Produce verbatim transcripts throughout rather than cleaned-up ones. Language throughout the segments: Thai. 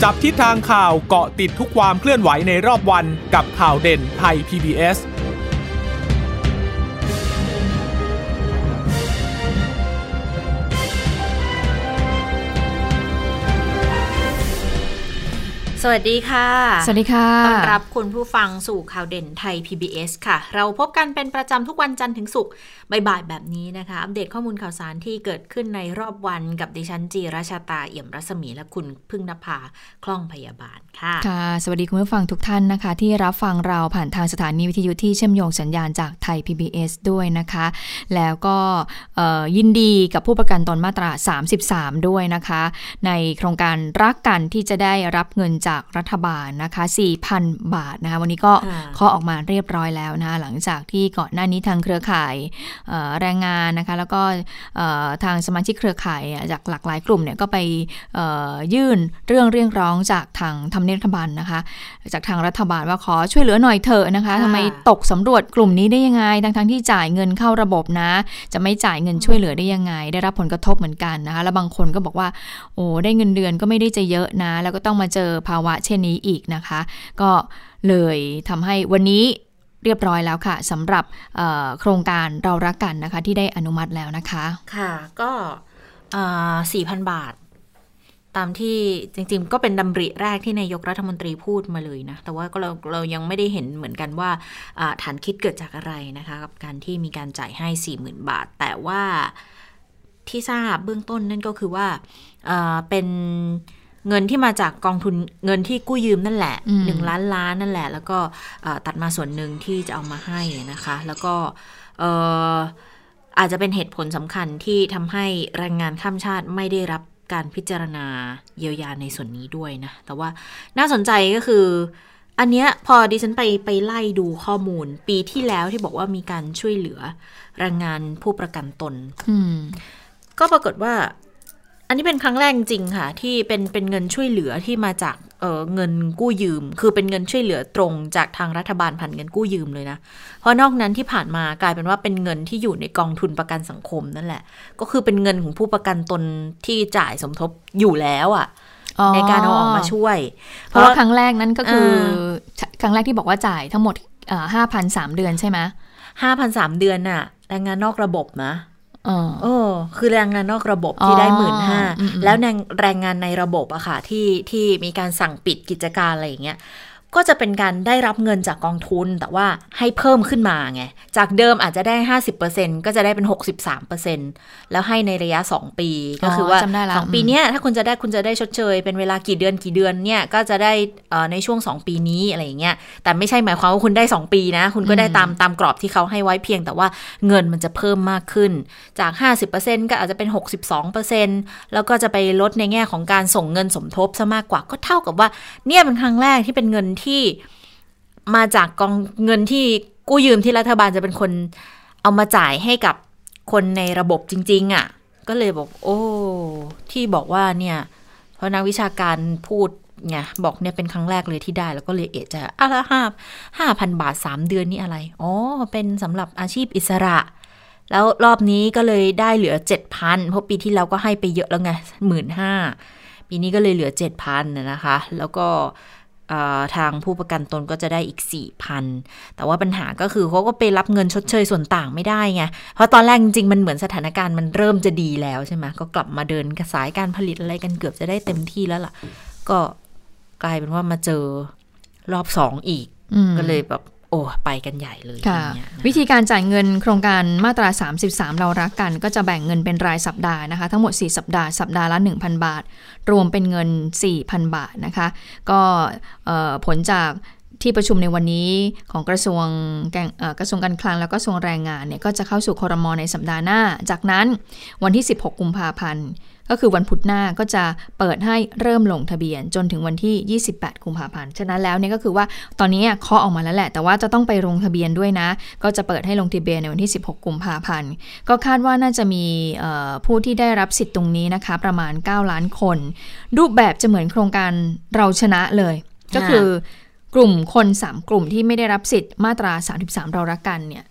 จับทิศทางข่าวเกาะติดทุกความเคลื่อนไหวในรอบวันกับข่าวเด่นไทย พี บี เอสสวัสดีค่ะสวัสดีค่ะต้อนรับคุณผู้ฟังสู่ข่าวเด่นไทย พี บี เอส ค่ะเราพบกันเป็นประจำทุกวันจันทร์ถึงศุกร์บ่ายๆแบบนี้นะคะอัปเดตข้อมูลข่าวสารที่เกิดขึ้นในรอบวันกับดิฉันจีราชาตาเอี่ยมรัศมีและคุณพึ่งนภาคล่องพยาบาลค่ะค่ะสวัสดีคุณผู้ฟังทุกท่านนะคะที่รับฟังเราผ่านทางสถานีวิทยุที่เชื่อมโยงสัญญาณจากไทย พี บี เอส ด้วยนะคะแล้วก็ยินดีกับผู้ประกันตนมาตราสามสิบสามด้วยนะคะในโครงการรักกันที่จะได้รับเงินจากรัฐบาลนะคะ สี่พัน บาทนะคะวันนี้ก็เคาะออกมาเรียบร้อยแล้วนะคะหลังจากที่ก่อนหน้านี้ทางเครือข่ายแรงงานนะคะแล้วก็ทางสมาชิกเครือข่ายจากหลากหลายกลุ่มเนี่ยก็ไปยื่นเรื่องเรียกร้องจากทางทำเนียบรัฐบาลนะคะจากทางรัฐบาลว่าขอช่วยเหลือหน่อยเถอะนะคะทำไมตกสำรวจกลุ่มนี้ได้ยังไงทั้งทั้งที่จ่ายเงินเข้าระบบนะจะไม่จ่ายเงินช่วยเหลือได้ยังไงได้รับผลกระทบเหมือนกันนะคะแล้วบางคนก็บอกว่าโอ้ได้เงินเดือนก็ไม่ได้จะเยอะนะแล้วก็ต้องมาเจอภาวะเช่นนี้อีกนะคะก็เลยทำให้วันนี้เรียบร้อยแล้วค่ะสำหรับโครงการเรารักกันนะคะที่ได้อนุมัติแล้วนะคะค่ะก็ สี่พัน บาทตามที่จริงๆก็เป็นดำริแรกที่นายกรัฐมนตรีพูดมาเลยนะแต่ว่าก็เราเรายังไม่ได้เห็นเหมือนกันว่าฐานคิดเกิดจากอะไรนะคะกับการที่มีการจ่ายให้ สี่หมื่น บาทแต่ว่าที่ทราบเบื้องต้นนั่นก็คือว่าเป็นเงินที่มาจากกองทุนเงินที่กู้ยืมนั่นแหละหนึ่งล้านล้านนั่นแหละแล้วก็ตัดมาส่วนหนึ่งที่จะเอามาให้นะคะแล้วก็อาจจะเป็นเหตุผลสำคัญที่ทำให้แรงงานข้ามชาติไม่ได้รับการพิจารณาเยียวยาในส่วนนี้ด้วยนะแต่ว่าน่าสนใจก็คืออันเนี้ยพอดิฉันไปไปไล่ดูข้อมูลปีที่แล้วที่บอกว่ามีการช่วยเหลือแรงงานผู้ประกันตนก็ปรากฏว่าอันนี้เป็นครั้งแรกจริงค่ะที่เป็นเป็นเงินช่วยเหลือที่มาจาก เอ่อ เงินกู้ยืมคือเป็นเงินช่วยเหลือตรงจากทางรัฐบาลผ่านเงินกู้ยืมเลยนะเพราะนอกนั้นที่ผ่านมากลายเป็นว่าเป็นเงินที่อยู่ในกองทุนประกันสังคมนั่นแหละก็คือเป็นเงินของผู้ประกันตนที่จ่ายสมทบอยู่แล้วอ่ะในการเอาออกมาช่วยเพราะว่าครั้งแรกนั้นก็คือครั้งแรกที่บอกว่าจ่ายทั้งหมด ห้าพัน สามเดือนใช่ไหมห้าพัน สามเดือนน่ะแรงงานนอกระบบนะเออคือแรงงานนอกระบบที่ได้ หนึ่งหมื่นห้าพัน แล้วแรงงานในระบบอะค่ะที่ที่มีการสั่งปิดกิจการอะไรอย่างเงี้ยก็จะเป็นการได้รับเงินจากกองทุนแต่ว่าให้เพิ่มขึ้นมาไงจากเดิมอาจจะได้ ห้าสิบเปอร์เซ็นต์ ก็จะได้เป็น หกสิบสามเปอร์เซ็นต์ แล้วให้ในระยะสองปีก็คือว่าสองปีเนี้ยถ้าคุณจะได้คุณจะได้ชดเชยเป็นเวลากี่เดือนกี่เดือนเนี่ยก็จะได้ในช่วงสองปีนี้อะไรอย่างเงี้ยแต่ไม่ใช่หมายความว่าคุณได้สองปีนะคุณก็ได้ตามตามกรอบที่เขาให้ไว้เพียงแต่ว่าเงินมันจะเพิ่มมากขึ้นจาก ห้าสิบเปอร์เซ็นต์ ก็อาจจะเป็น หกสิบสองเปอร์เซ็นต์ แล้วก็จะไปลดในแง่ของการส่งเงินสมทบซะมากกว่าก็เท่ากับว่าเนี่ยเป็นครั้งแรกที่เป็นเงินที่มาจากกองเงินที่กู้ยืมที่รัฐบาลจะเป็นคนเอามาจ่ายให้กับคนในระบบจริงๆอ่ะก็เลยบอกโอ้ที่บอกว่าเนี่ยเพราะนักวิชาการพูดไงบอกเนี่ยเป็นครั้งแรกเลยที่ได้แล้วก็เลยเอะใจอ่ะละห้าห้าพันบาทสามเดือนนี่อะไรอ๋อเป็นสำหรับอาชีพอิสระแล้วรอบนี้ก็เลยได้เหลือ เจ็ดพัน เพราะปีที่แล้วก็ให้ไปเยอะแล้วไง หนึ่งหมื่นห้าพัน ปีนี้ก็เลยเหลือ เจ็ดพัน นะคะแล้วก็ทางผู้ประกันตนก็จะได้อีก สี่พัน แต่ว่าปัญหาก็คือเขาก็ไปรับเงินชดเชยส่วนต่างไม่ได้ไงเพราะตอนแรกจริงๆมันเหมือนสถานการณ์มันเริ่มจะดีแล้วใช่ไหมก็กลับมาเดินกระสายการผลิตอะไรกันเกือบจะได้เต็มที่แล้วล่ะก็กลายเป็นว่ามาเจอรอบสองอีกก็เลยแบบโอ้ไปกันใหญ่เลยอย่างเงี้ยวิธีการจ่ายเงินโครงการมาตราสามสิบสามเรารักกันก็จะแบ่งเงินเป็นรายสัปดาห์นะคะทั้งหมดสี่สัปดาห์สัปดาห์ละ หนึ่งพัน บาทรวมเป็นเงิน สี่พัน บาทนะคะก็ผลจากที่ประชุมในวันนี้ของกระทรวงกระทรวงการคลังแล้วก็กระทรวงแรงงานเนี่ยก็จะเข้าสู่ครม.ในสัปดาห์หน้าจากนั้นวันที่สิบหกกุมภาพันธ์ก็คือวันพุธหน้าก็จะเปิดให้เริ่มลงทะเบียนจนถึงวันที่ยี่สิบแปดกุมภาพันธ์ฉะนั้นแล้วเนี่ยก็คือว่าตอนนี้เคาะออกมาแล้วแหละแต่ว่าจะต้องไปลงทะเบียนด้วยนะก็จะเปิดให้ลงทะเบียนในวันที่สิบหกกุมภาพันธ์ก็คาดว่าน่าจะมีผู้ที่ได้รับสิทธิ์ตรงนี้นะคะประมาณเก้าล้านคนรูปแบบจะเหมือนโครงการเราชนะเลยก็คือกลุ่มคนสามกลุ่มที่ไม่ได้รับสิทธิ์มาตราสามสิบสามเรารักกันเนี่ย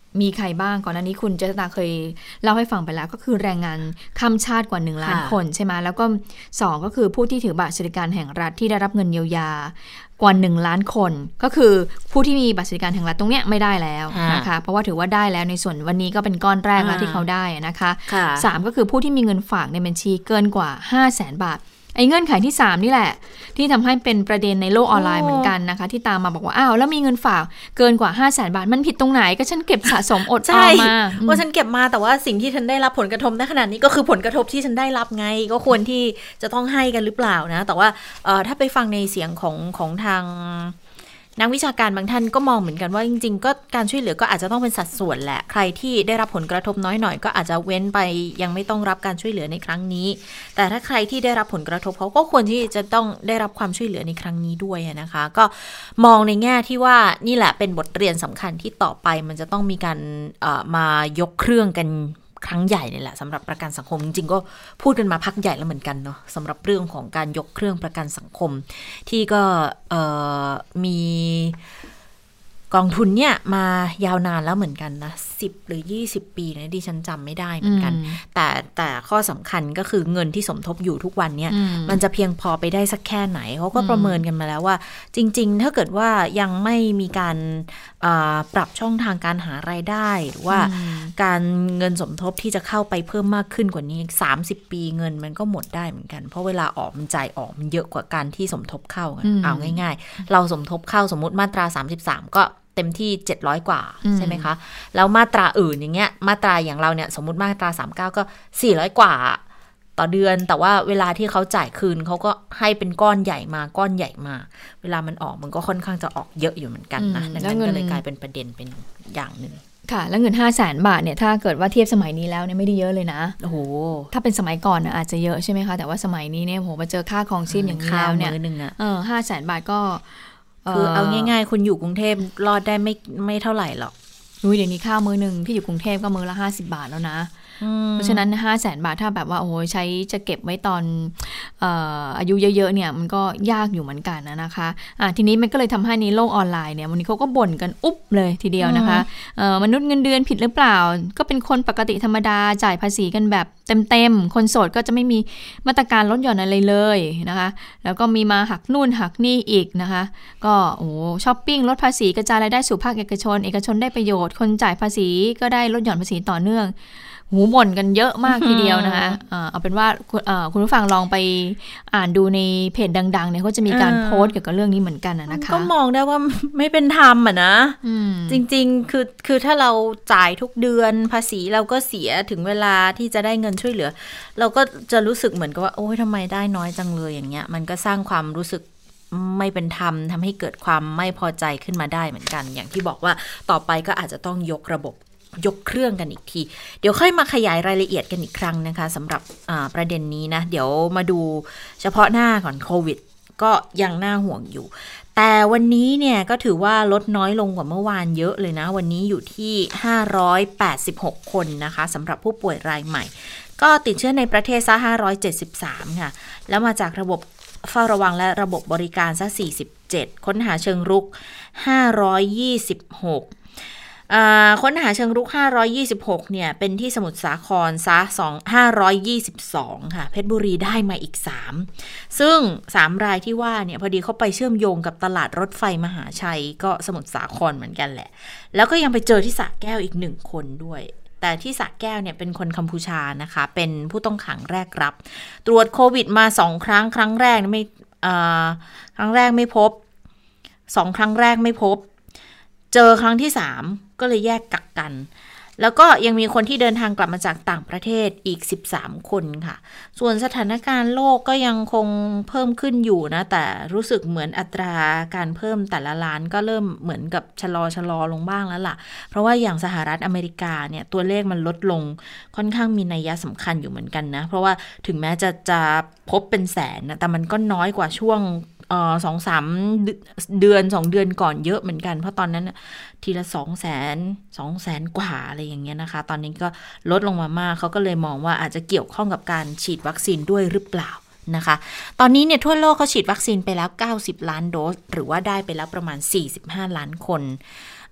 มีใครบ้างก่อนหน้านี้คุณเจษฎาเคยเล่าให้ฟังไปแล้วก็คือแรงงานข้ามชาติกว่าหนึ่งล้านคนใช่ไหมแล้วก็สองก็คือผู้ที่ถือบัตรสวัสดิการแห่งรัฐที่ได้รับเงินเยียวยากว่าหนึ่งล้านคนก็คือผู้ที่มีบัตรสวัสดิการแห่งรัฐตรงเนี้ยไม่ได้แล้วนะคะเพราะว่าถือว่าได้แล้วในส่วนวันนี้ก็เป็นก้อนแรกแล้วที่เขาได้นะคะสามก็คือผู้ที่มีเงินฝากในบัญชีเกินกว่า ห้าแสน บาทไอ้เงื่อนไขที่สามนี่แหละที่ทำให้เป็นประเด็นในโลกออนไลน์เหมือนกันนะคะที่ตามมาบอกว่าอ้าวแล้วมีเงินฝากเกินกว่า ห้าแสน บาทมันผิดตรงไหนก็ฉันเก็บสะสมอดออมมาว่าฉันเก็บมาแต่ว่าสิ่งที่ฉันได้รับผลกระทบในขณะนี้ก็คือผลกระทบที่ฉันได้รับไงก็ควรที่จะต้องให้กันหรือเปล่านะแต่ว่าถ้าไปฟังในเสียงของของทางนักวิชาการบางท่านก็มองเหมือนกันว่าจริงๆก็การช่วยเหลือก็อาจจะต้องเป็นสัดส่วนแหละใครที่ได้รับผลกระทบน้อยหน่อยก็อาจจะเว้นไปยังไม่ต้องรับการช่วยเหลือในครั้งนี้แต่ถ้าใครที่ได้รับผลกระทบเขาก็ควรที่จะต้องได้รับความช่วยเหลือในครั้งนี้ด้วยนะคะก็มองในแง่ที่ว่านี่แหละเป็นบทเรียนสำคัญที่ต่อไปมันจะต้องมีการเอ่อมายกเครื่องกันครั้งใหญ่นี่แหละสำหรับประกันสังคมจริงๆก็พูดกันมาพักใหญ่แล้วเหมือนกันเนาะสำหรับเรื่องของการยกเครื่องประกันสังคมที่ก็มีกองทุนเนี่ยมายาวนานแล้วเหมือนกันนะสิบหรือยี่สิบปีนะดิฉันจำไม่ได้เหมือนกันแต่แต่ข้อสำคัญก็คือเงินที่สมทบอยู่ทุกวันเนี่ยมันจะเพียงพอไปได้สักแค่ไหนเขาก็ประเมินกันมาแล้วว่าจริงๆถ้าเกิดว่ายังไม่มีการปรับช่องทางการหารายได้หรือว่าการเงินสมทบที่จะเข้าไปเพิ่มมากขึ้นกว่านี้สามสิบปีเงินมันก็หมดได้เหมือนกันเพราะเวลาออกมันจ่ายออกมันเยอะกว่าการที่สมทบเข้าเอาง่ายๆเราสมทบเข้าสมมติมาตราสามสิบสามก็เต็มที่เจ็ดร้อยกว่าใช่ไหมคะแล้วมาตราอื่นอย่างเงี้ยมาตราอย่างเราเนี่ยสมมุติมาตราสามสิบเก้าก็สี่ร้อยกว่าต่อเดือนแต่ว่าเวลาที่เขาจ่ายคืนเขาก็ให้เป็นก้อนใหญ่มาก้อนใหญ่มาเวลามันออกมันก็ค่อนข้างจะออกเยอะอยู่เหมือนกันนะดังนั้นก็เลยกลายเป็นประเด็นเป็นอย่างนึงค่ะแล้วเงิน ห้าแสน บาทเนี่ยถ้าเกิดว่าเทียบสมัยนี้แล้วเนี่ยไม่ได้เยอะเลยนะโอ้โหถ้าเป็นสมัยก่อนนะอาจจะเยอะใช่ไหมคะแต่ว่าสมัยนี้เนี่ยโหมาเจอค่าครองชีพอย่างนี้แล้วเนี่ยเออ ห้าแสน บาทก็คือเอาง่ายๆคุณอยู่กรุงเทพรอดได้ไม่ไม่เท่าไหร่หรอกอุ้ยเดี๋ยวนี้ข้าวมื้อนึงที่อยู่กรุงเทพก็มื้อละห้าสิบบาทแล้วนะเพราะฉะนั้น ห้าแสน บาทถ้าแบบว่าโอ้ยใช้จะเก็บไว้ตอนเอ่ออายุเยอะๆเนี่ยมันก็ยากอยู่เหมือนกันนะนะคะอ่ะทีนี้มันก็เลยทำให้ในโลกออนไลน์เนี่ยวันนี้เขาก็บ่นกันอุ๊บเลยทีเดียวนะคะเอ่อมนุษย์เงินเดือนผิดหรือเปล่าก็เป็นคนปกติธรรมดาจ่ายภาษีกันแบบเต็มๆคนโสดก็จะไม่มีมาตรการลดหย่อนอะไรเลยนะคะแล้วก็มีมาหักนู่นหักนี่อีกนะคะก็โอ้ช้อปปิ้งลดภาษีกระจายรายได้สู่ภาคเอกชนเอกชนได้ประโยชน์คนจ่ายภาษีก็ได้ลดหย่อนภาษีต่อเนื่องหูบ่นกันเยอะมากทีเดียวนะคะเอาเป็นว่าคุณผู้ฟังลองไปอ่านดูในเพจดังๆเนี่ยเขาจะมีการโพสต์เกี่ยวกับเรื่องนี้เหมือนกันนะคะก็มองได้ว่าไม่เป็นธรรมอ่ะนะจริงๆคือคือถ้าเราจ่ายทุกเดือนภาษีเราก็เสียถึงเวลาที่จะได้เงินช่วยเหลือเราก็จะรู้สึกเหมือนกับว่าโอ๊ยทำไมได้น้อยจังเลยอย่างเงี้ยมันก็สร้างความรู้สึกไม่เป็นธรรมทำให้เกิดความไม่พอใจขึ้นมาได้เหมือนกันอย่างที่บอกว่าต่อไปก็อาจจะต้องยกระบบยกเครื่องกันอีกทีเดี๋ยวค่อยมาขยายรายละเอียดกันอีกครั้งนะคะสำหรับประเด็นนี้นะเดี๋ยวมาดูเฉพาะหน้าก่อนโควิดก็ยังน่าห่วงอยู่แต่วันนี้เนี่ยก็ถือว่าลดน้อยลงกว่าเมื่อวานเยอะเลยนะวันนี้อยู่ที่ห้าร้อยแปดสิบหกคนนะคะสำหรับผู้ป่วยรายใหม่ก็ติดเชื้อในประเทศซะห้าร้อยเจ็ดสิบสามค่ะแล้วมาจากระบบเฝ้าระวังและระบบบริการซะสี่สิบเจ็ดค้นหาเชิงรุกห้าร้อยยี่สิบหกค้นหาเชิงรุกห้าร้อยยี่สิบหกเนี่ยเป็นที่สมุทรสาครซะห้าร้อยยี่สิบสองค่ะเพชรบุรีได้มาอีกสามซึ่งสามรายที่ว่าเนี่ยพอดีเขาไปเชื่อมโยงกับตลาดรถไฟมหาชัยก็สมุทรสาครเหมือนกันแหละแล้วก็ยังไปเจอที่สระแก้วอีกหนึ่งคนด้วยแต่ที่สระแก้วเนี่ยเป็นคนกัมพูชานะคะเป็นผู้ต้องขังแรกรับตรวจโควิดมาสองครั้งครั้งแรกไม่ครั้งแรกไม่พบสองครั้งแรกไม่พบเจอครั้งที่สามก็เลยแยกกักกันแล้วก็ยังมีคนที่เดินทางกลับมาจากต่างประเทศอีกสิบสามคนค่ะส่วนสถานการณ์โลกก็ยังคงเพิ่มขึ้นอยู่นะแต่รู้สึกเหมือนอัตราการเพิ่มแต่ละล้านก็เริ่มเหมือนกับชะลอชะลอลงบ้างแล้วล่ะเพราะว่าอย่างสหรัฐอเมริกาเนี่ยตัวเลขมันลดลงค่อนข้างมีนัยสำคัญอยู่เหมือนกันนะเพราะว่าถึงแม้จะจะพบเป็นแสนนะแต่มันก็น้อยกว่าช่วงเอ่อ สองถึงสาม เดือนสองเดือนก่อนเยอะเหมือนกันเพราะตอนนั้นทีละ สองแสน สองแสน กว่าอะไรอย่างเงี้ยนะคะตอนนี้ก็ลดลงมามากเขาก็เลยมองว่าอาจจะเกี่ยวข้องกับการฉีดวัคซีนด้วยหรือเปล่านะคะตอนนี้เนี่ยทั่วโลกเขาฉีดวัคซีนไปแล้วเก้าสิบล้านโดสหรือว่าได้ไปแล้วประมาณสี่สิบห้าล้านคน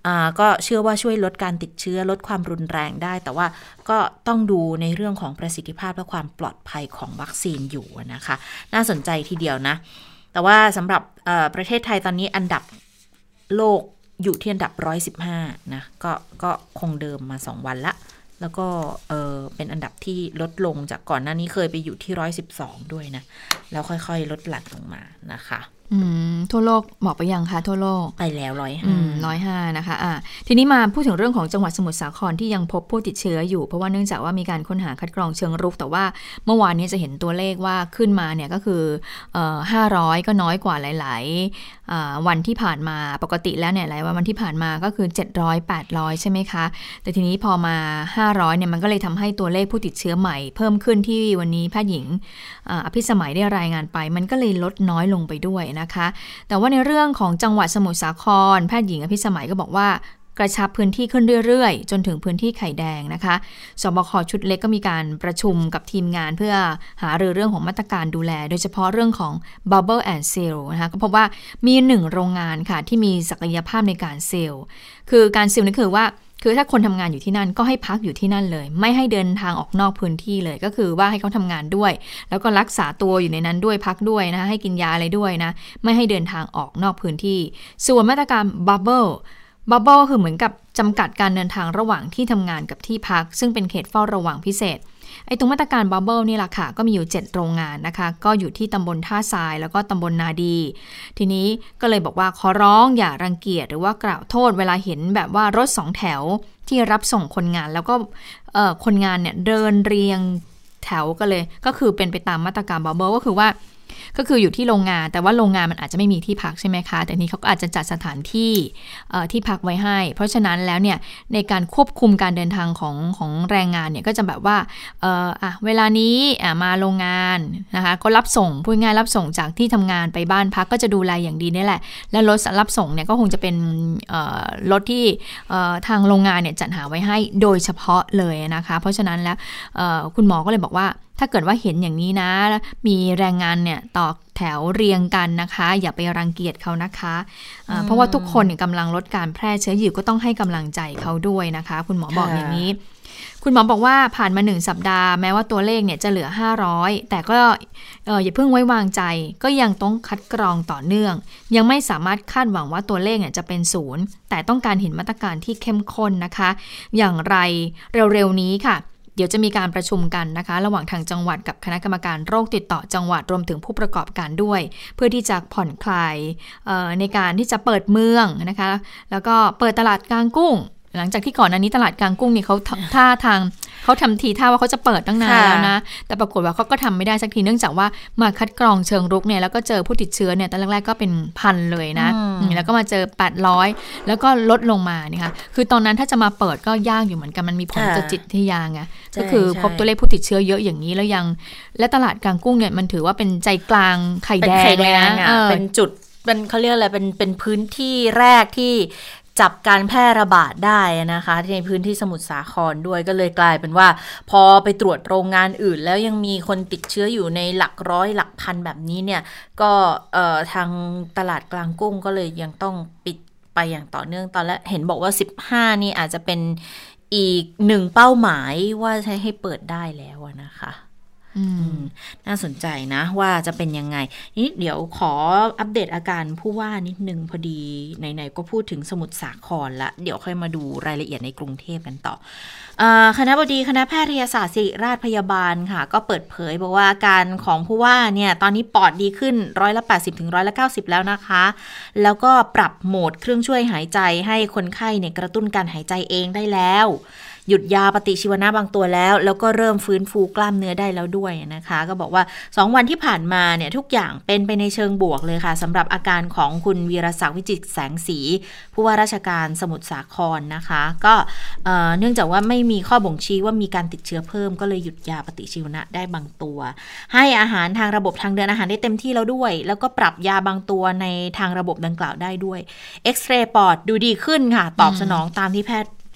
อ่าก็เชื่อว่าช่วยลดการติดเชื้อลดความรุนแรงได้แต่ว่าก็ต้องดูในเรื่องของประสิทธิภาพและความปลอดภัยของวัคซีนอยู่นะคะน่าสนใจทีเดียวนะแต่ว่าสำหรับประเทศไทยตอนนี้อันดับโลกอยู่ที่อันดับหนึ่งร้อยสิบห้านะก็ก็คงเดิมมาสองวันละแล้วก็เออเป็นอันดับที่ลดลงจากก่อนหน้านี้เคยไปอยู่ที่หนึ่งร้อยสิบสองด้วยนะแล้วค่อยๆลดหลั่นลงมานะคะอืมทั่วโลกบอกไปยังคะทั่วโลกไปแล้วร้อยห้าร้อยห้านะคะอ่ะทีนี้มาพูดถึงเรื่องของจังหวัดสมุทรสาครที่ยังพบผู้ติดเชื้ออยู่เพราะว่าเนื่องจากว่ามีการค้นหาคัดกรองเชิงรุกแต่ว่าเมื่อวานนี้จะเห็นตัวเลขว่าขึ้นมาเนี่ยก็คือเอ่อห้าร้อยก็น้อยกว่าหลายๆอ่าวันที่ผ่านมาปกติแล้วเนี่ยหลายวันที่ผ่านมาก็คือเจ็ดร้อย แปดร้อยใช่ไหมคะแต่ทีนี้พอมาห้าร้อยเนี่ยมันก็เลยทำให้ตัวเลขผู้ติดเชื้อใหม่เพิ่มขึ้นที่วันนี้แพทย์หญิงอภิสมัยได้รายงานไปมันก็เลยลดน้อยลงไปด้วยนะคะแต่ว่าในเรื่องของจังหวัดสมุทรสาครแพทย์หญิงอภิสมัยก็บอกว่ากระชับพื้นที่ขึ้นเรื่อยๆจนถึงพื้นที่ไข่แดงนะคะสบคชุดเล็กก็มีการประชุมกับทีมงานเพื่อหารือเรื่องของมาตรการดูแลโดยเฉพาะเรื่องของ Bubble and Seal นะคะก็พบว่ามีหนึ่งโรงงานค่ะที่มีศักยภาพในการซีลคือการซีลนี่คือว่าคือถ้าคนทำงานอยู่ที่นั่นก็ให้พักอยู่ที่นั่นเลยไม่ให้เดินทางออกนอกพื้นที่เลยก็คือว่าให้เขาทำงานด้วยแล้วก็รักษาตัวอยู่ในนั้นด้วยพักด้วยนะให้กินยาอะไรด้วยนะไม่ให้เดินทางออกนอกพื้นที่ส่วนมาตรการ Bubble Bubble คือเหมือนกับจำกัดการเดินทางระหว่างที่ทำงานกับที่พักซึ่งเป็นเขตเฝ้าระวังพิเศษไอ้ตรงมาตรการ Bubble นี่แหละค่ะก็มีอยู่เจ็ดโรงงานนะคะก็อยู่ที่ตำบลท่าทรายแล้วก็ตำบลนาดีทีนี้ก็เลยบอกว่าขอร้องอย่ารังเกียจหรือว่ากล่าวโทษเวลาเห็นแบบว่ารถสองแถวที่รับส่งคนงานแล้วก็คนงานเนี่ยเดินเรียงแถวกันเลยก็คือเป็นไปตามมาตรการ Bubble ก็คือว่าก็คืออยู่ที่โรงงานแต่ว่าโรงงานมันอาจจะไม่มีที่พักใช่ไหมคะแต่นี้เขาก็อาจจะจัดสถานที่ที่พักไว้ให้เพราะฉะนั้นแล้วเนี่ยในการควบคุมการเดินทางของของแรงงานเนี่ยก็จะแบบว่าเอออ่ะเวลานี้อ่ะมาโรงงานนะคะก็รับส่งพูดง่ายรับส่งจากที่ทำงานไปบ้านพักก็จะดูแลอย่างดีนี่แหละและรถรับส่งเนี่ยก็คงจะเป็นรถที่ทางโรงงานเนี่ยจัดหาไว้ให้โดยเฉพาะเลยนะคะเพราะฉะนั้นแล้วคุณหมอก็เลยบอกว่าถ้าเกิดว่าเห็นอย่างนี้นะมีแรงงานเนี่ยต่อแถวเรียงกันนะคะอย่าไปรังเกียจเขานะคะะเพราะว่าทุกคนเนี่ยกำลังลดการแพร่เชื้ออยู่ก็ต้องให้กำลังใจเขาด้วยนะคะคุณหมอบอกอย่างนี้คุณหมอบอกว่าผ่านมาหนึ่งสัปดาห์แม้ว่าตัวเลขเนี่ยจะเหลือห้าร้อยแต่ก็เอ่ออย่าเพิ่งไว้วางใจก็ยังต้องคัดกรองต่อเนื่องยังไม่สามารถคาดหวังว่าตัวเลขเนี่ยจะเป็นศูนย์แต่ต้องการเห็นมาตรการที่เข้มข้นนะคะอย่างไรเร็วๆนี้ค่ะเดี๋ยวจะมีการประชุมกันนะคะระหว่างทางจังหวัดกับคณะกรรมการโรคติดต่อจังหวัดรวมถึงผู้ประกอบการด้วยเพื่อที่จะผ่อนคลายในการที่จะเปิดเมืองนะคะแล้วก็เปิดตลาดกลางกุ้งหลังจากที่ก่อนหน้านี้ตลาดกลางกุ้งนี่เขาท่าทางเขาทำทีท่าว่าเขาจะเปิดตั้งนานแล้วนะแต่ปรากฏว่าเขาก็ทำไม่ได้สักทีเนื่องจากว่ามาคัดกรองเชิงรุกเนี่ยแล้วก็เจอผู้ติดเชื้อเนี่ยตอนแรกๆก็เป็นพันเลยนะแล้วก็มาเจอแปดร้อยแล้วก็ลดลงมาเนี่ยค่ะคือตอนนั้นถ้าจะมาเปิดก็ยากอยู่เหมือนกันมันมีผลต่อจิตวิทยาไงก็คือพบตัวเลขผู้ติดเชื้อเยอะอย่างนี้แล้วยังและตลาดกลางกุ้งเนี่ยมันถือว่าเป็นใจกลางไข่แดงเลยนะเป็นจุดเป็นเขาเรียกอะไรเป็นเป็นพื้นที่แรกที่จับการแพร่ระบาดได้นะคะในพื้นที่สมุทรสาครด้วยก็เลยกลายเป็นว่าพอไปตรวจโรงงานอื่นแล้วยังมีคนติดเชื้ออยู่ในหลักร้อยหลักพันแบบนี้เนี่ยก็เอ่อทางตลาดกลางกุ้งก็เลยยังต้องปิดไปอย่างต่อเนื่องตอนแรกเห็นบอกว่าสิบห้านี่อาจจะเป็นอีกหนึ่งเป้าหมายว่าใช้ให้เปิดได้แล้วนะคะน่าสนใจนะว่าจะเป็นยังไงนี่เดี๋ยวขออัปเดตอาการผู้ว่านิดนึงพอดีไหนๆก็พูดถึงสมุทรสาครละเดี๋ยวค่อยมาดูรายละเอียดในกรุงเทพกันต่อคณบดีคณะแพทยศาสตร์ศิริราชพยาบาลค่ะก็เปิดเผยบอกว่าอาการของผู้ว่าเนี่ยตอนนี้ปอดดีขึ้นร้อยละแปดสิบถึงร้อยละเก้าสิบแล้วนะคะแล้วก็ปรับโหมดเครื่องช่วยหายใจให้คนไข้เนี่ยกระตุ้นการหายใจเองได้แล้วหยุดยาปฏิชีวนะบางตัวแล้วแล้วก็เริ่มฟื้นฟูกล้ามเนื้อได้แล้วด้วยนะคะก็บอกว่าสองวันที่ผ่านมาเนี่ยทุกอย่างเป็นไปในเชิงบวกเลยค่ะสำหรับอาการของคุณวีรศักดิ์วิจิตรแสงสีผู้ว่าราชการสมุทรสาครนะคะก็เอ่อเนื่องจากว่าไม่มีข้อบ่งชี้ว่ามีการติดเชื้อเพิ่มก็เลยหยุดยาปฏิชีวนะได้บางตัวให้อาหารทางระบบทางเดินอาหารได้เต็มที่แล้วด้วยแล้วก็ปรับยาบางตัวในทางระบบดังกล่าวได้ด้วยเอ็กซเรย์ปอดดูดีขึ้นค่ะตอบสนองตามที่แพทย์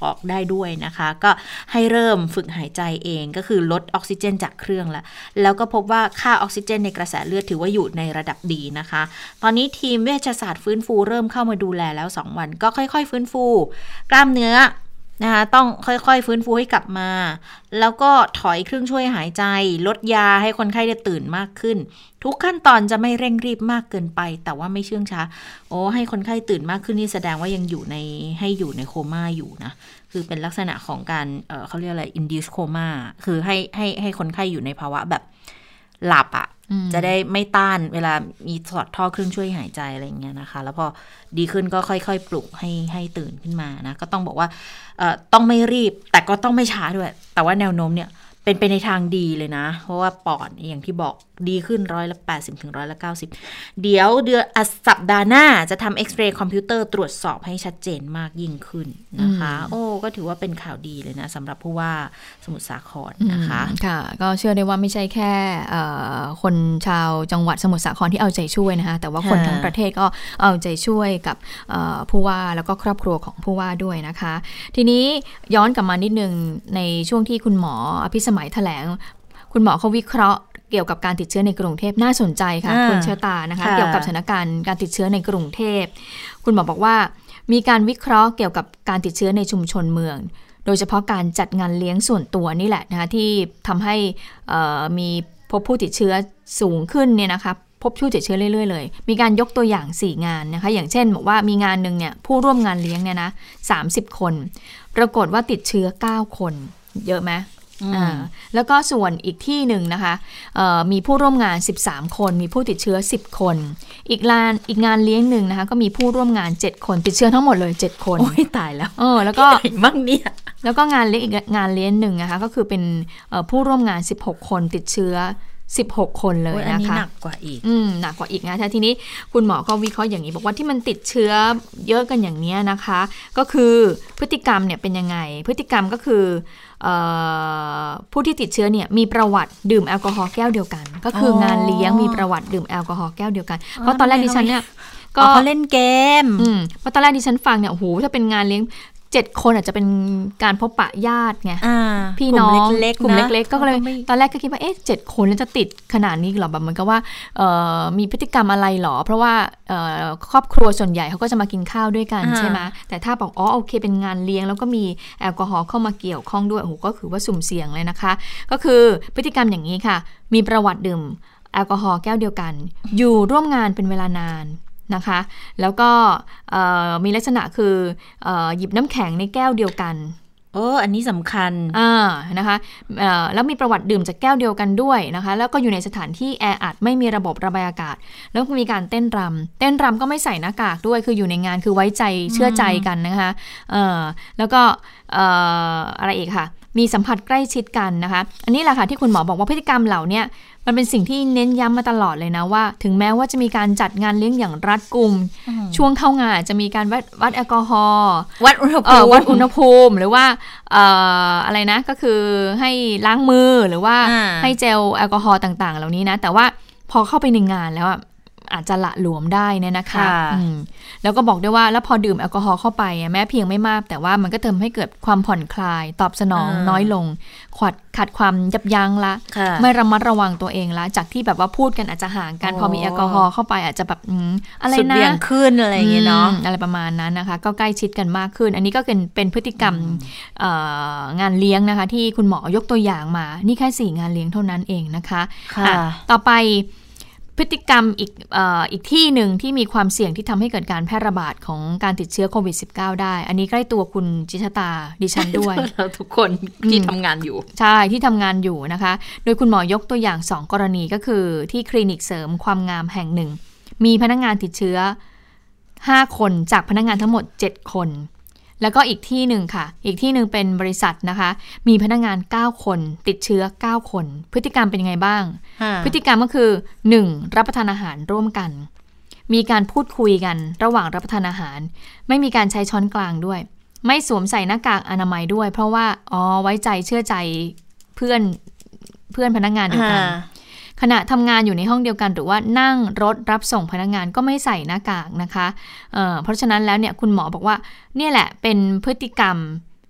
ออกได้ด้วยนะคะก็ให้เริ่มฝึกหายใจเองก็คือลดออกซิเจนจากเครื่องแล้วแล้วก็พบว่าค่าออกซิเจนในกระแสเลือดถือว่าอยู่ในระดับดีนะคะตอนนี้ทีมเวชศาสตร์ฟื้นฟูเริ่มเข้ามาดูแลแล้วสองวันก็ค่อยๆฟื้นฟูกล้ามเนื้อนะคะต้องค่อยๆฟื้นฟูให้กลับมาแล้วก็ถอยเครื่องช่วยหายใจลดยาให้คนไข้ได้ตื่นมากขึ้นทุกขั้นตอนจะไม่เร่งรีบมากเกินไปแต่ว่าไม่เชื่องช้าโอ้ให้คนไข้ตื่นมากขึ้นนี่แสดงว่ายังอยู่ในให้อยู่ในโคม่าอยู่นะคือเป็นลักษณะของการเอ่อเขาเรียกอะไร induce coma คือให้ให้ให้คนไข้อยู่ในภาวะแบบหลับอ่ะจะได้ไม่ต้านเวลามีสอดท่อเครื่องช่วยหายใจอะไรอย่างเงี้ยนะคะแล้วพอดีขึ้นก็ค่อยๆปลุกให้ให้ตื่นขึ้นมานะก็ต้องบอกว่าเอ่อต้องไม่รีบแต่ก็ต้องไม่ช้าด้วยแต่ว่าแนวโน้มเนี่ยเป็นไปในทางดีเลยนะเพราะว่าปอดอย่างที่บอกดีขึ้นร้อยละแปดสิบถึงร้อยละเก้าสิบเดี๋ยวเดือนสัปดาห์หน้าจะทำเอ็กซเรย์คอมพิวเตอร์ตรวจสอบให้ชัดเจนมากยิ่งขึ้นนะคะโอ้ก็ถือว่าเป็นข่าวดีเลยนะสำหรับผู้ว่าสมุทรสาครนะคะค่ะก็เชื่อได้ว่าไม่ใช่แค่คนชาวจังหวัดสมุทรสาครที่เอาใจช่วยนะคะแต่ว่าคนทั้งประเทศก็เอาใจช่วยกับผู้ว่าแล้วก็ครอบครัวของผู้ว่าด้วยนะคะทีนี้ย้อนกลับมานิดนึงในช่วงที่คุณหมออภิสมัยแถลงคุณหมอเขาวิเคราะห์เกี่ยวกับการติดเชื้อในกรุงเทพน่าสนใจค่ะคุณเชอตานะคะเกี่ยวกับสถานการณ์การติดเชื้อในกรุงเทพคุณหมอบอกว่ามีการวิเคราะห์เกี่ยวกับการติดเชื้อในชุมชนเมืองโดยเฉพาะการจัดงานเลี้ยงส่วนตัวนี่แหละนะคะที่ทำให้มีพบผู้ติดเชื้อสูงขึ้นเนี่ยนะคะพบผู้ติดเชื้อเรื่อยๆเลยมีการยกตัวอย่างสี่งานนะคะอย่างเช่นบอกว่ามีงานนึงเนี่ยผู้ร่วมงานเลี้ยงเนี่ยนะสามสิบคนปรากฏว่าติดเชื้อเก้าคนเยอะไหมอ่าแล้วก็ส่วนอีกที่หนึ่งนะคะมีผู้ร่วมงานสิบสามคนมีผู้ติดเชื้อสิบคนอีกงานอีกงานเลี้ยงหนึ่งนะคะก็มีผู้ร่วมงานเจ็ดคนติดเชื้อทั้งหมดเลยเจ็ดคนโอ้ยตายแล้วเออแล้วก็มั่งเนี่ยแล้วก็งานเลี้ยงอีกงานเลี้ยงหนึ่งนะคะก็คือเป็นผู้ร่วมงานสิบหกคนติดเชื้อสิบหกคนเลยนะคะอันนี้หนักกว่าอีกอืมหนักกว่าอีกนะทีนี้คุณหมอก็วิเคราะห์อย่างนี้บอกว่าที่มันติดเชื้อเยอะกันอย่างนี้นะคะก็คือพฤติกรรมเนี่ยเป็นยังไงพฤติกรรมก็คือผู้ที่ติดเชื้อเนี่ยมีประวัติดื่มแอลกอฮอล์แก้วเดียวกันก็คืองานเลี้ยงมีประวัติดื่มแอลกอฮอล์แก้วเดียวกันเพราะตอนแรกดิฉันเนี่ยก็เล่นเกมอืมเพราะตอนแรกดิฉันฟังเนี่ยโอ้โหถ้าเป็นงานเลี้ยงเจ็ดคนอาจจะเป็นการพบปะญาติไงพี่น้องกลุ่มเล็กๆก็เลยตอนแรกก็คิดว่าเอ๊ะเจ็ดคนแล้วจะติดขนาดนี้หรอแบบเหมือนกับว่ามีพฤติกรรมอะไรหรอเพราะว่าครอบครัวส่วนใหญ่เขาก็จะมากินข้าวด้วยกันใช่ไหมแต่ถ้าบอกอ๋อโอเคเป็นงานเลี้ยงแล้วก็มีแอลกอฮอล์เข้ามาเกี่ยวข้องด้วยโอ้โหก็คือว่าสุ่มเสี่ยงเลยนะคะก็คือพฤติกรรมอย่างนี้ค่ะมีประวัติดื่มแอลกอฮอล์แก้วเดียวกันอยู่ร่วมงานเป็นเวลานานนะคะแล้วก็มีลักษณะคือหยิบน้ำแข็งในแก้วเดียวกันโอ้อันนี้สำคัญอ่านะคะแล้วมีประวัติดื่มจากแก้วเดียวกันด้วยนะคะแล้วก็อยู่ในสถานที่แออัดไม่มีระบบระบายอากาศแล้วมีการเต้นรำเต้นรำก็ไม่ใส่หน้ากากด้วยคืออยู่ในงานคือไว้ใจเชื่อใจกันนะคะเอ่อแล้วก็อะไรอีกค่ะมีสัมผัสใกล้ชิดกันนะคะอันนี้แหละค่ะที่คุณหมอบอกว่าพฤติกรรมเหล่านี้มันเป็นสิ่งที่เน้นย้ำมาตลอดเลยนะว่าถึงแม้ว่าจะมีการจัดงานเลี้ยงอย่างรัดกุมช่วงเข้างานจะมีการวัดวัดแอลกอฮอล์วัดอุณหภูมิวัดอุณหภูมิหรือว่าเอ่ออะไรนะก็คือให้ล้างมือหรือว่าให้เจลแอลกอฮอล์ต่างๆเหล่านี้นะแต่ว่าพอเข้าไปในงานแล้วอาจจะละหลวมได้เนี่ยนะคะแล้วก็บอกด้วยว่าแล้วพอดื่มแอลกอฮอล์เข้าไปแม้เพียงไม่มากแต่ว่ามันก็ทำให้เกิดความผ่อนคลายตอบสนองน้อยลงขัดขัดความยับยั้งละไม่ระมัดระวังตัวเองละจากที่แบบว่าพูดกันอาจจะห่างกันพอมีแอลกอฮอล์เข้าไปอาจจะแบบอะไรนะสุดเบี่ยงขึ้นอะไรอย่างเงี้ยเนาะอะไรประมาณนั้นนะคะก็ใกล้ชิดกันมากขึ้นอันนี้ก็เป็นเป็นพฤติกรรมงานเลี้ยงนะคะที่คุณหมอยกตัวอย่างมานี่แค่สี่งานเลี้ยงเท่านั้นเองนะคะต่อไปพฤติกรรมอีก เอ่อ อีกที่หนึ่งที่มีความเสี่ยงที่ทำให้เกิดการแพร่ระบาดของการติดเชื้อโควิด สิบเก้า ได้อันนี้ใกล้ตัวคุณจิชตาดิฉันด้วยเราทุกคนที่ทำงานอยู่ใช่ที่ทำงานอยู่นะคะโดยคุณหมอยกตัวอย่างสองกรณีก็คือที่คลินิกเสริมความงามแห่งหนึ่งมีพนักงานติดเชื้อห้าคนจากพนักงานทั้งหมดเจ็ดคนแล้วก็อีกที่หนึ่งค่ะอีกที่หนึ่งเป็นบริษัทนะคะมีพนักงานเก้าคนติดเชื้อเก้าคนพฤติกรรมเป็นยังไงบ้างพฤติกรรมก็คือหนึ่งรับประทานอาหารร่วมกันมีการพูดคุยกันระหว่างรับประทานอาหารไม่มีการใช้ช้อนกลางด้วยไม่สวมใส่หน้ากากอนามัยด้วยเพราะว่าอ๋อไว้ใจเชื่อใจเพื่อนเพื่อนพนักงานเดียวกันขณะทำงานอยู่ในห้องเดียวกันหรือว่านั่งรถรับส่งพนักงานก็ไม่ใส่หน้ากากนะคะ เอ่อ เพราะฉะนั้นแล้วเนี่ยคุณหมอบอกว่าเนี่ยแหละเป็นพฤติกรรม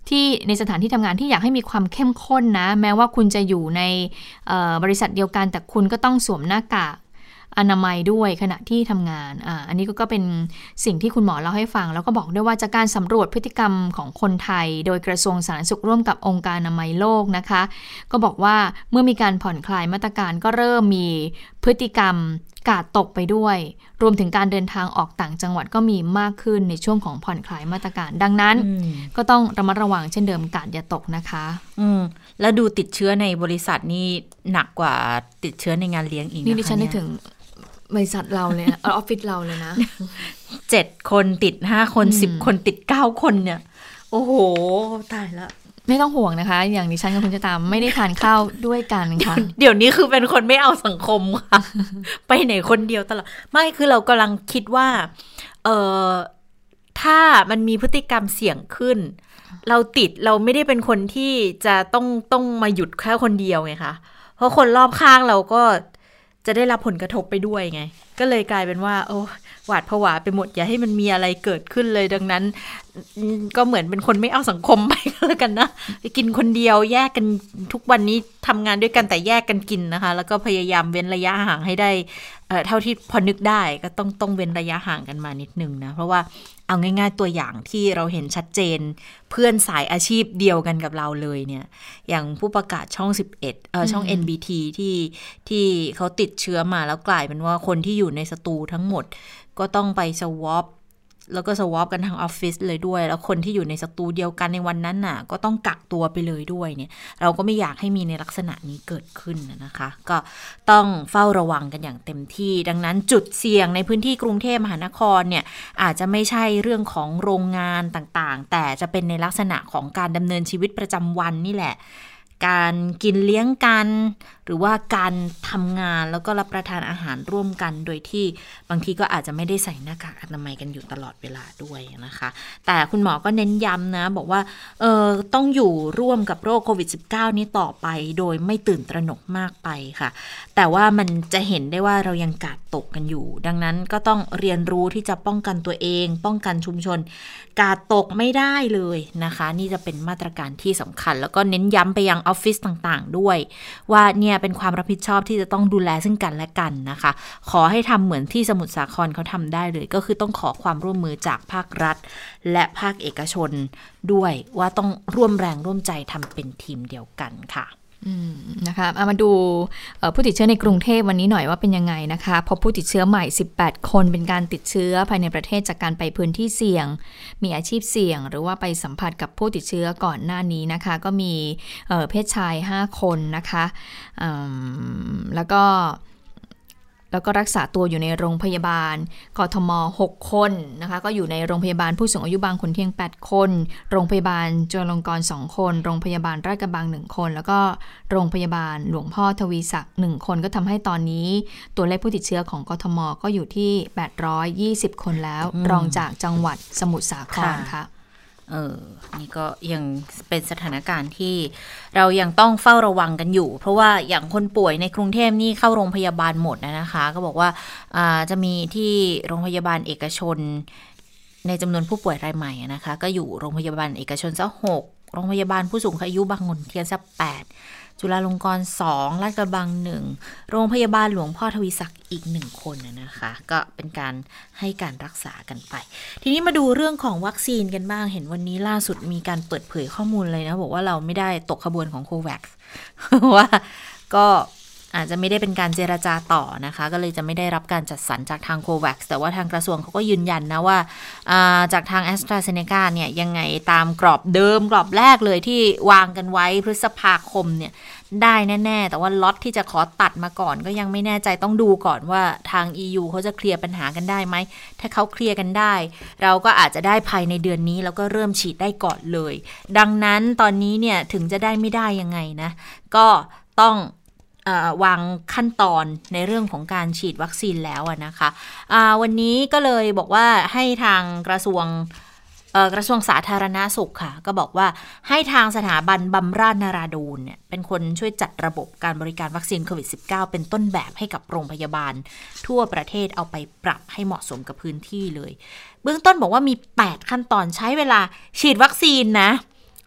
ที่ในสถานที่ทำงานที่อยากให้มีความเข้มข้นนะแม้ว่าคุณจะอยู่ในบริษัทเดียวกันแต่คุณก็ต้องสวมหน้ากากอนามัยด้วยขณะที่ทำงานอ่าอันนี้ก็เป็นสิ่งที่คุณหมอเล่าให้ฟังแล้วก็บอกด้วยว่าจากการสำรวจพฤติกรรมของคนไทยโดยกระทรวงสาธารณสุขร่วมกับองค์การอนามัยโลกนะคะก็บอกว่าเมื่อมีการผ่อนคลายมาตรการก็เริ่มมีพฤติกรรมกาดตกไปด้วยรวมถึงการเดินทางออกต่างจังหวัดก็มีมากขึ้นในช่วงของผ่อนคลายมาตรการดังนั้นก็ต้องระมัดระวังเช่นเดิมกาดอย่าตกนะคะอืมแล้วดูติดเชื้อในบริษัทนี่หนักกว่าติดเชื้อในงานเลี้ยงอีกนะคะนี่ดิฉันนึกถึงบริษัทเราเลยนะออฟฟิศเราเลยนะเจ็ดคนติดห้าคนสิบคนติดเก้าคนเนี่ยโอ้โหตายละไม่ต้องห่วงนะคะอย่างดิฉันกับคุณจะตามไม่ได้ทานข้าวด้วยกันค่ะเดี๋ยวนี้คือเป็นคนไม่เอาสังคมค่ะไปไหนคนเดียวตลอดไม่คือเรากำลังคิดว่าเออถ้ามันมีพฤติกรรมเสี่ยงขึ้นเราติดเราไม่ได้เป็นคนที่จะต้องต้องมาหยุดแค่คนเดียวไงคะเพราะคนรอบข้างเราก็จะได้รับผลกระทบไปด้วยไงก็เลยกลายเป็นว่าโอ้หวาดผวาไปหมดอย่าให้มันมีอะไรเกิดขึ้นเลยดังนั้นก็เหมือนเป็นคนไม่เอาสังคมไปก็แล้วกันนะไปกินคนเดียวแยกกันทุกวันนี้ทำงานด้วยกันแต่แยกกันกินนะคะแล้วก็พยายามเว้นระยะห่างให้ได้เอ่อเท่าที่พอนึกได้ก็ต้องต้องเว้นระยะห่างกันมานิดนึงนะเพราะว่าเอาง่ายๆตัวอย่างที่เราเห็นชัดเจนเพื่อนสายอาชีพเดียวกันกับเราเลยเนี่ยอย่างผู้ประกาศช่องสิบเอ็ดเอ่อช่อง เอ็น บี ที ที่ที่เขาติดเชื้อมาแล้วกลายเป็นว่าคนที่อยู่ในสตูทั้งหมดก็ต้องไปสวอปแล้วก็สวอปกันทางออฟฟิศเลยด้วยแล้วคนที่อยู่ในสตูเดียวกันในวันนั้นน่ะก็ต้องกักตัวไปเลยด้วยเนี่ยเราก็ไม่อยากให้มีในลักษณะนี้เกิดขึ้นนะคะก็ต้องเฝ้าระวังกันอย่างเต็มที่ดังนั้นจุดเสี่ยงในพื้นที่กรุงเทพมหานครเนี่ยอาจจะไม่ใช่เรื่องของโรงงานต่างๆแต่จะเป็นในลักษณะของการดำเนินชีวิตประจำวันนี่แหละการกินเลี้ยงกันหรือว่าการทำงานแล้วก็รับประทานอาหารร่วมกันโดยที่บางทีก็อาจจะไม่ได้ใส่หน้ากากอนามัยกันอยู่ตลอดเวลาด้วยนะคะแต่คุณหมอก็เน้นย้ำนะบอกว่าเออต้องอยู่ร่วมกับโรคโควิด สิบเก้า นี้ต่อไปโดยไม่ตื่นตระหนกมากไปค่ะแต่ว่ามันจะเห็นได้ว่าเรายังกาดตกกันอยู่ดังนั้นก็ต้องเรียนรู้ที่จะป้องกันตัวเองป้องกันชุมชนกาดตกไม่ได้เลยนะคะนี่จะเป็นมาตรการที่สำคัญแล้วก็เน้นย้ำไปยังออฟฟิศต่างๆด้วยว่าเนี่ยเป็นความรับผิดชอบที่จะต้องดูแลซึ่งกันและกันนะคะขอให้ทำเหมือนที่สมุทรสาครเขาทำได้เลยก็คือต้องขอความร่วมมือจากภาครัฐและภาคเอกชนด้วยว่าต้องร่วมแรงร่วมใจทำเป็นทีมเดียวกันค่ะนะคะเอามาดูผู้ติดเชื้อในกรุงเทพวันนี้หน่อยว่าเป็นยังไงนะคะพบผู้ติดเชื้อใหม่สิบแปดคนเป็นการติดเชื้อภายในประเทศจากการไปพื้นที่เสี่ยงมีอาชีพเสี่ยงหรือว่าไปสัมผัสกับผู้ติดเชื้อก่อนหน้านี้นะคะก็มีเพศชายห้าคนนะคะแล้วก็แล้วก็รักษาตัวอยู่ในโรงพยาบาลกทมหกคนนะคะก็อยู่ในโรงพยาบาลผู้สูงอายุบางขุนเทียนแปดคนโรงพยาบาลจุฬาลงกรณ์สองคนโรงพยาบาลราชกระบังหนึ่งคนแล้วก็โรงพยาบาลหลวงพ่อทวีศักดิ์หนึ่งคนก็ทำให้ตอนนี้ตัวเลขผู้ติดเชื้อของกทมก็อยู่ที่แปดร้อยยี่สิบคนแล้วรองจากจังหวัดสมุทรสาครค่ะเออนี่ก็ยังเป็นสถานการณ์ที่เรายังต้องเฝ้าระวังกันอยู่เพราะว่าอย่างคนป่วยในกรุงเทพนี่เข้าโรงพยาบาลหมดนะคะก็บอกว่าอ่าจะมีที่โรงพยาบาลเอกชนในจำนวนผู้ป่วยรายใหม่นะคะก็อยู่โรงพยาบาลเอกชนสักหกโรงพยาบาลผู้สูงอายุบางขุนเทียนสักแปดจุฬาลงกรณ์สองลาดกระบังหนึ่งโรงพยาบาลหลวงพ่อทวีศักดิ์อีกหนึ่งคนนะคะก็เป็นการให้การรักษากันไปทีนี้มาดูเรื่องของวัคซีนกันบ้างเห็นวันนี้ล่าสุดมีการเปิดเผยข้อมูลเลยนะบอกว่าเราไม่ได้ตกขบวนของโควัคซ์ว่าก็อาจจะไม่ได้เป็นการเจรจาต่อนะคะก็เลยจะไม่ได้รับการจัดสรรจากทางโควัคซ์แต่ว่าทางกระทรวงเขาก็ยืนยันนะว่าจากทาง AstraZeneca เนี่ยยังไงตามกรอบเดิมกรอบแรกเลยที่วางกันไว้พฤษภาคมเนี่ยได้แน่ๆแต่ว่าล็อตที่จะขอตัดมาก่อนก็ยังไม่แน่ใจต้องดูก่อนว่าทาง อี ยู เขาจะเคลียร์ปัญหากันได้ไหมถ้าเขาเคลียร์กันได้เราก็อาจจะได้ภายในเดือนนี้แล้วก็เริ่มฉีดได้ก่อนเลยดังนั้นตอนนี้เนี่ยถึงจะได้ไม่ได้ยังไงนะก็ต้องวางขั้นตอนในเรื่องของการฉีดวัคซีนแล้วนะคะวันนี้ก็เลยบอกว่าให้ทางกระทรวงกระทรวงสาธารณาสุขค่ะก็บอกว่าให้ทางสถาบันบำราศนราดูนเนี่ยเป็นคนช่วยจัดระบบการบริการวัคซีนโควิด สิบเก้า เป็นต้นแบบให้กับโรงพยาบาลทั่วประเทศเอาไปปรับให้เหมาะสมกับพื้นที่เลยเบื้องต้นบอกว่ามีแปดขั้นตอนใช้เวลาฉีดวัคซีนนะ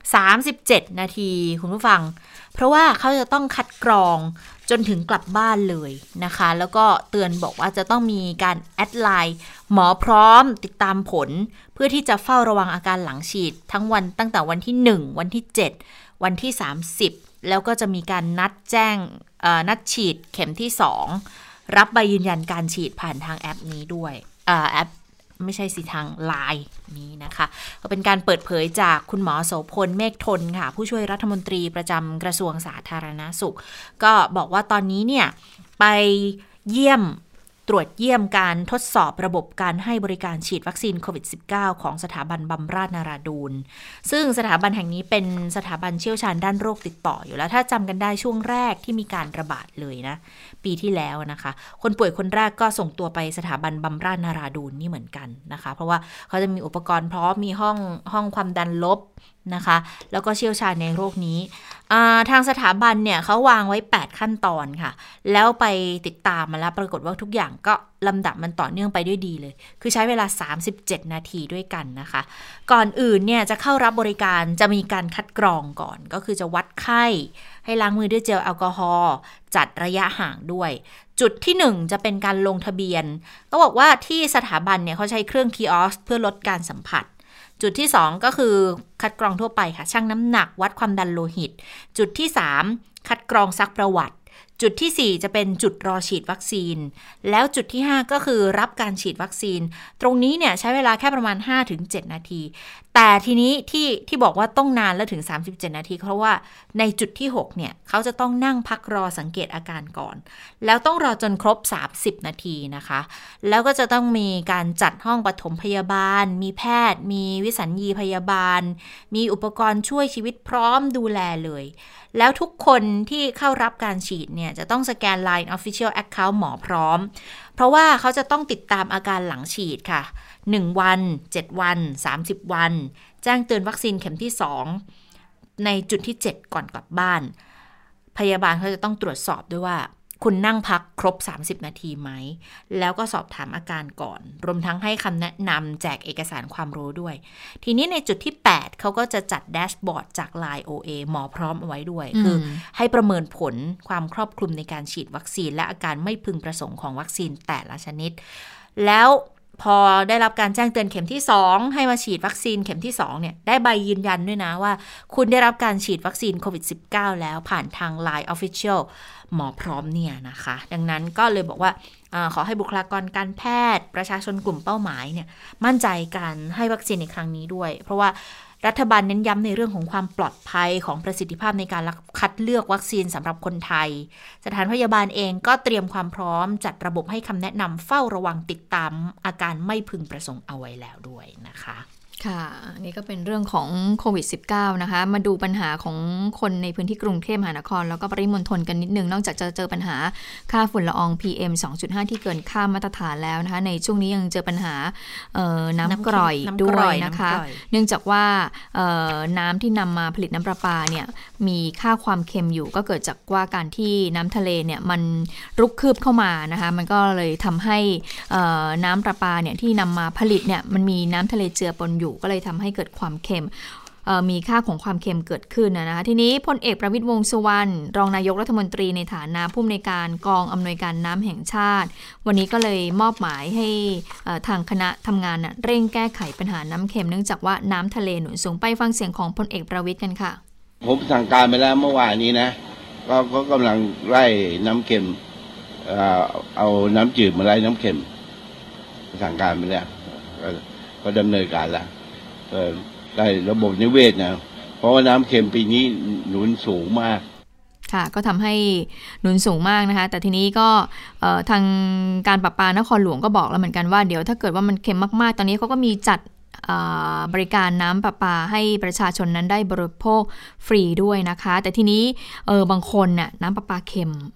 สามสิบเจ็ดนาทีคุณผู้ฟังเพราะว่าเขาจะต้องคัดกรองจนถึงกลับบ้านเลยนะคะแล้วก็เตือนบอกว่าจะต้องมีการแอดไลน์หมอพร้อมติดตามผลเพื่อที่จะเฝ้าระวังอาการหลังฉีดทั้งวันตั้งแต่วันที่หนึ่งวันที่เจ็ดวันที่สามสิบแล้วก็จะมีการนัดแจ้งนัดฉีดเข็มที่สองรับใบยืนยันการฉีดผ่านทางแอปนี้ด้วยแอปไม่ใช่สิทางไลน์นี้นะคะก็เป็นการเปิดเผยจากคุณหมอโสพลเมฆทนค่ะผู้ช่วยรัฐมนตรีประจำกระทรวงสาธารณสุขก็บอกว่าตอนนี้เนี่ยไปเยี่ยมตรวจเยี่ยมการทดสอบระบบการให้บริการฉีดวัคซีนโควิด สิบเก้า ของสถาบันบำราศนราดูลซึ่งสถาบันแห่งนี้เป็นสถาบันเชี่ยวชาญด้านโรคติดต่ออยู่แล้วถ้าจำกันได้ช่วงแรกที่มีการระบาดเลยนะปีที่แล้วนะคะคนป่วยคนแรกก็ส่งตัวไปสถาบันบำราศนราดูลนี่เหมือนกันนะคะเพราะว่าเขาจะมีอุปกรณ์พร้อมมีห้องห้องความดันลบนะคะแล้วก็เชี่ยวชาญในโรคนี้ทางสถาบันเนี่ยเขาวางไว้แปดขั้นตอนค่ะแล้วไปติดตามมาแล้วปรากฏว่าทุกอย่างก็ลำดับมันต่อเนื่องไปด้วยดีเลยคือใช้เวลาสามสิบเจ็ดนาทีด้วยกันนะคะก่อนอื่นเนี่ยจะเข้ารับบริการจะมีการคัดกรองก่อนก็คือจะวัดไข้ให้ล้างมือด้วยเจลแอลกอฮอล์จัดระยะห่างด้วยจุดที่หนึ่งจะเป็นการลงทะเบียนก็บอกว่าที่สถาบันเนี่ยเขาใช้เครื่องคีออสเพื่อลดการสัมผัสจุดที่สองก็คือคัดกรองทั่วไปค่ะชั่งน้ำหนักวัดความดันโลหิตจุดที่สามคัดกรองซักประวัติจุดที่สี่จะเป็นจุดรอฉีดวัคซีนแล้วจุดที่ห้าก็คือรับการฉีดวัคซีนตรงนี้เนี่ยใช้เวลาแค่ประมาณ ห้าถึงเจ็ด นาทีแต่ทีนี้ที่ที่บอกว่าต้องนานแล้วถึงสามสิบเจ็ดนาทีเพราะว่าในจุดที่หกเนี่ยเขาจะต้องนั่งพักรอสังเกตอาการก่อนแล้วต้องรอจนครบสามสิบนาทีนะคะแล้วก็จะต้องมีการจัดห้องปฐมพยาบาลมีแพทย์มีวิสัญญีพยาบาลมีอุปกรณ์ช่วยชีวิตพร้อมดูแลเลยแล้วทุกคนที่เข้ารับการฉีดเนี่ยจะต้องสแกน ไลน์ Official Account หมอพร้อมเพราะว่าเขาจะต้องติดตามอาการหลังฉีดค่ะหนึ่งวันเจ็ดวันสามสิบวันแจ้งเตือนวัคซีนเข็มที่สองในจุดที่เจ็ดก่อนกลับบ้านพยาบาลเขาจะต้องตรวจสอบด้วยว่าคุณนั่งพักครบสามสิบนาทีไหมแล้วก็สอบถามอาการก่อนรวมทั้งให้คำแนะนำแจกเอกสารความรู้ด้วยทีนี้ในจุดที่แปดเขาก็จะจัดแดชบอร์ดจาก ไลน์ โอ เอ หมอพร้อมเอาไว้ด้วยคือให้ประเมินผลความครอบคลุมในการฉีดวัคซีนและอาการไม่พึงประสงค์ของวัคซีนแต่ละชนิดแล้วพอได้รับการแจ้งเตือนเข็มที่สองให้มาฉีดวัคซีนเข็มที่สองเนี่ยได้ใบยืนยันด้วยนะว่าคุณได้รับการฉีดวัคซีนโควิด สิบเก้า แล้วผ่านทาง ไลน์ Official หมอพร้อมเนี่ยนะคะดังนั้นก็เลยบอกว่าอขอให้บุคลากรการแพทย์ประชาชนกลุ่มเป้าหมายเนี่ยมั่นใจการให้วัคซีนในครั้งนี้ด้วยเพราะว่ารัฐบาลเน้นย้ำในเรื่องของความปลอดภัยของประสิทธิภาพในการคัดเลือกวัคซีนสำหรับคนไทยสถานพยาบาลเองก็เตรียมความพร้อมจัดระบบให้คำแนะนำเฝ้าระวังติดตามอาการไม่พึงประสงค์เอาไว้แล้วด้วยนะคะค่ะนี่ก็เป็นเรื่องของโควิด สิบเก้า นะคะมาดูปัญหาของคนในพื้นที่กรุงเทพมหานครแล้วก็ปริมณฑลกันนิดนึงนอกจากจะเจอปัญหาค่าฝุ่นละออง พี เอ็ม สองจุดห้า ที่เกินค่ามาตรฐานแล้วนะคะในช่วงนี้ยังเจอปัญหาน้ำกร่อยด้วยนะคะเนื่องจากว่าน้ำที่นำมาผลิตน้ำประปาเนี่ยมีค่าความเค็มอยู่ก็เกิดจากว่าการที่น้ำทะเลเนี่ยมันรุกคืบเข้ามานะคะมันก็เลยทำให้น้ำประปาเนี่ยที่นำมาผลิตเนี่ยมันมีน้ำทะเลเจือปนอยู่ก็เลยทำให้เกิดความเค็มมีค่าของความเค็มเกิดขึ้นนะคะทีนี้พลเอกประวิตรวงษ์สุวรรณรองนายกรัฐมนตรีในฐานะผู้อำนวยการกองอำนวยการน้ำแห่งชาติวันนี้ก็เลยมอบหมายให้ทางคณะทำงานเร่งแก้ไขปัญหาน้ำเค็มเนื่องจากว่าน้ำทะเลหนุนสูงไปฟังเสียงของพลเอกประวิตรกันค่ะผมสั่งการไปแล้วเมื่อวานนี้นะก็ก็กำลังไล่น้ำเค็มเอาน้ำจืดมาไล่น้ำเค็มสั่งการไปแล้วก็ดำเนินการแล้วได้ระบบนิเวศนะเพราะว่าน้ำเค็มปีนี้หนุนสูงมากค่ะก็ทำให้หนุนสูงมากนะคะแต่ทีนี้ก็ทางการประปานครหลวงก็บอกแล้วเหมือนกันว่าเดี๋ยวถ้าเกิดว่ามันเค็มมากๆตอนนี้เขาก็มีจัดบริการน้ำประปาให้ประชาชนนั้นได้บริโภคฟรีด้วยนะคะแต่ทีนี้เออบางคนน่ะน้ำประปาเค็ม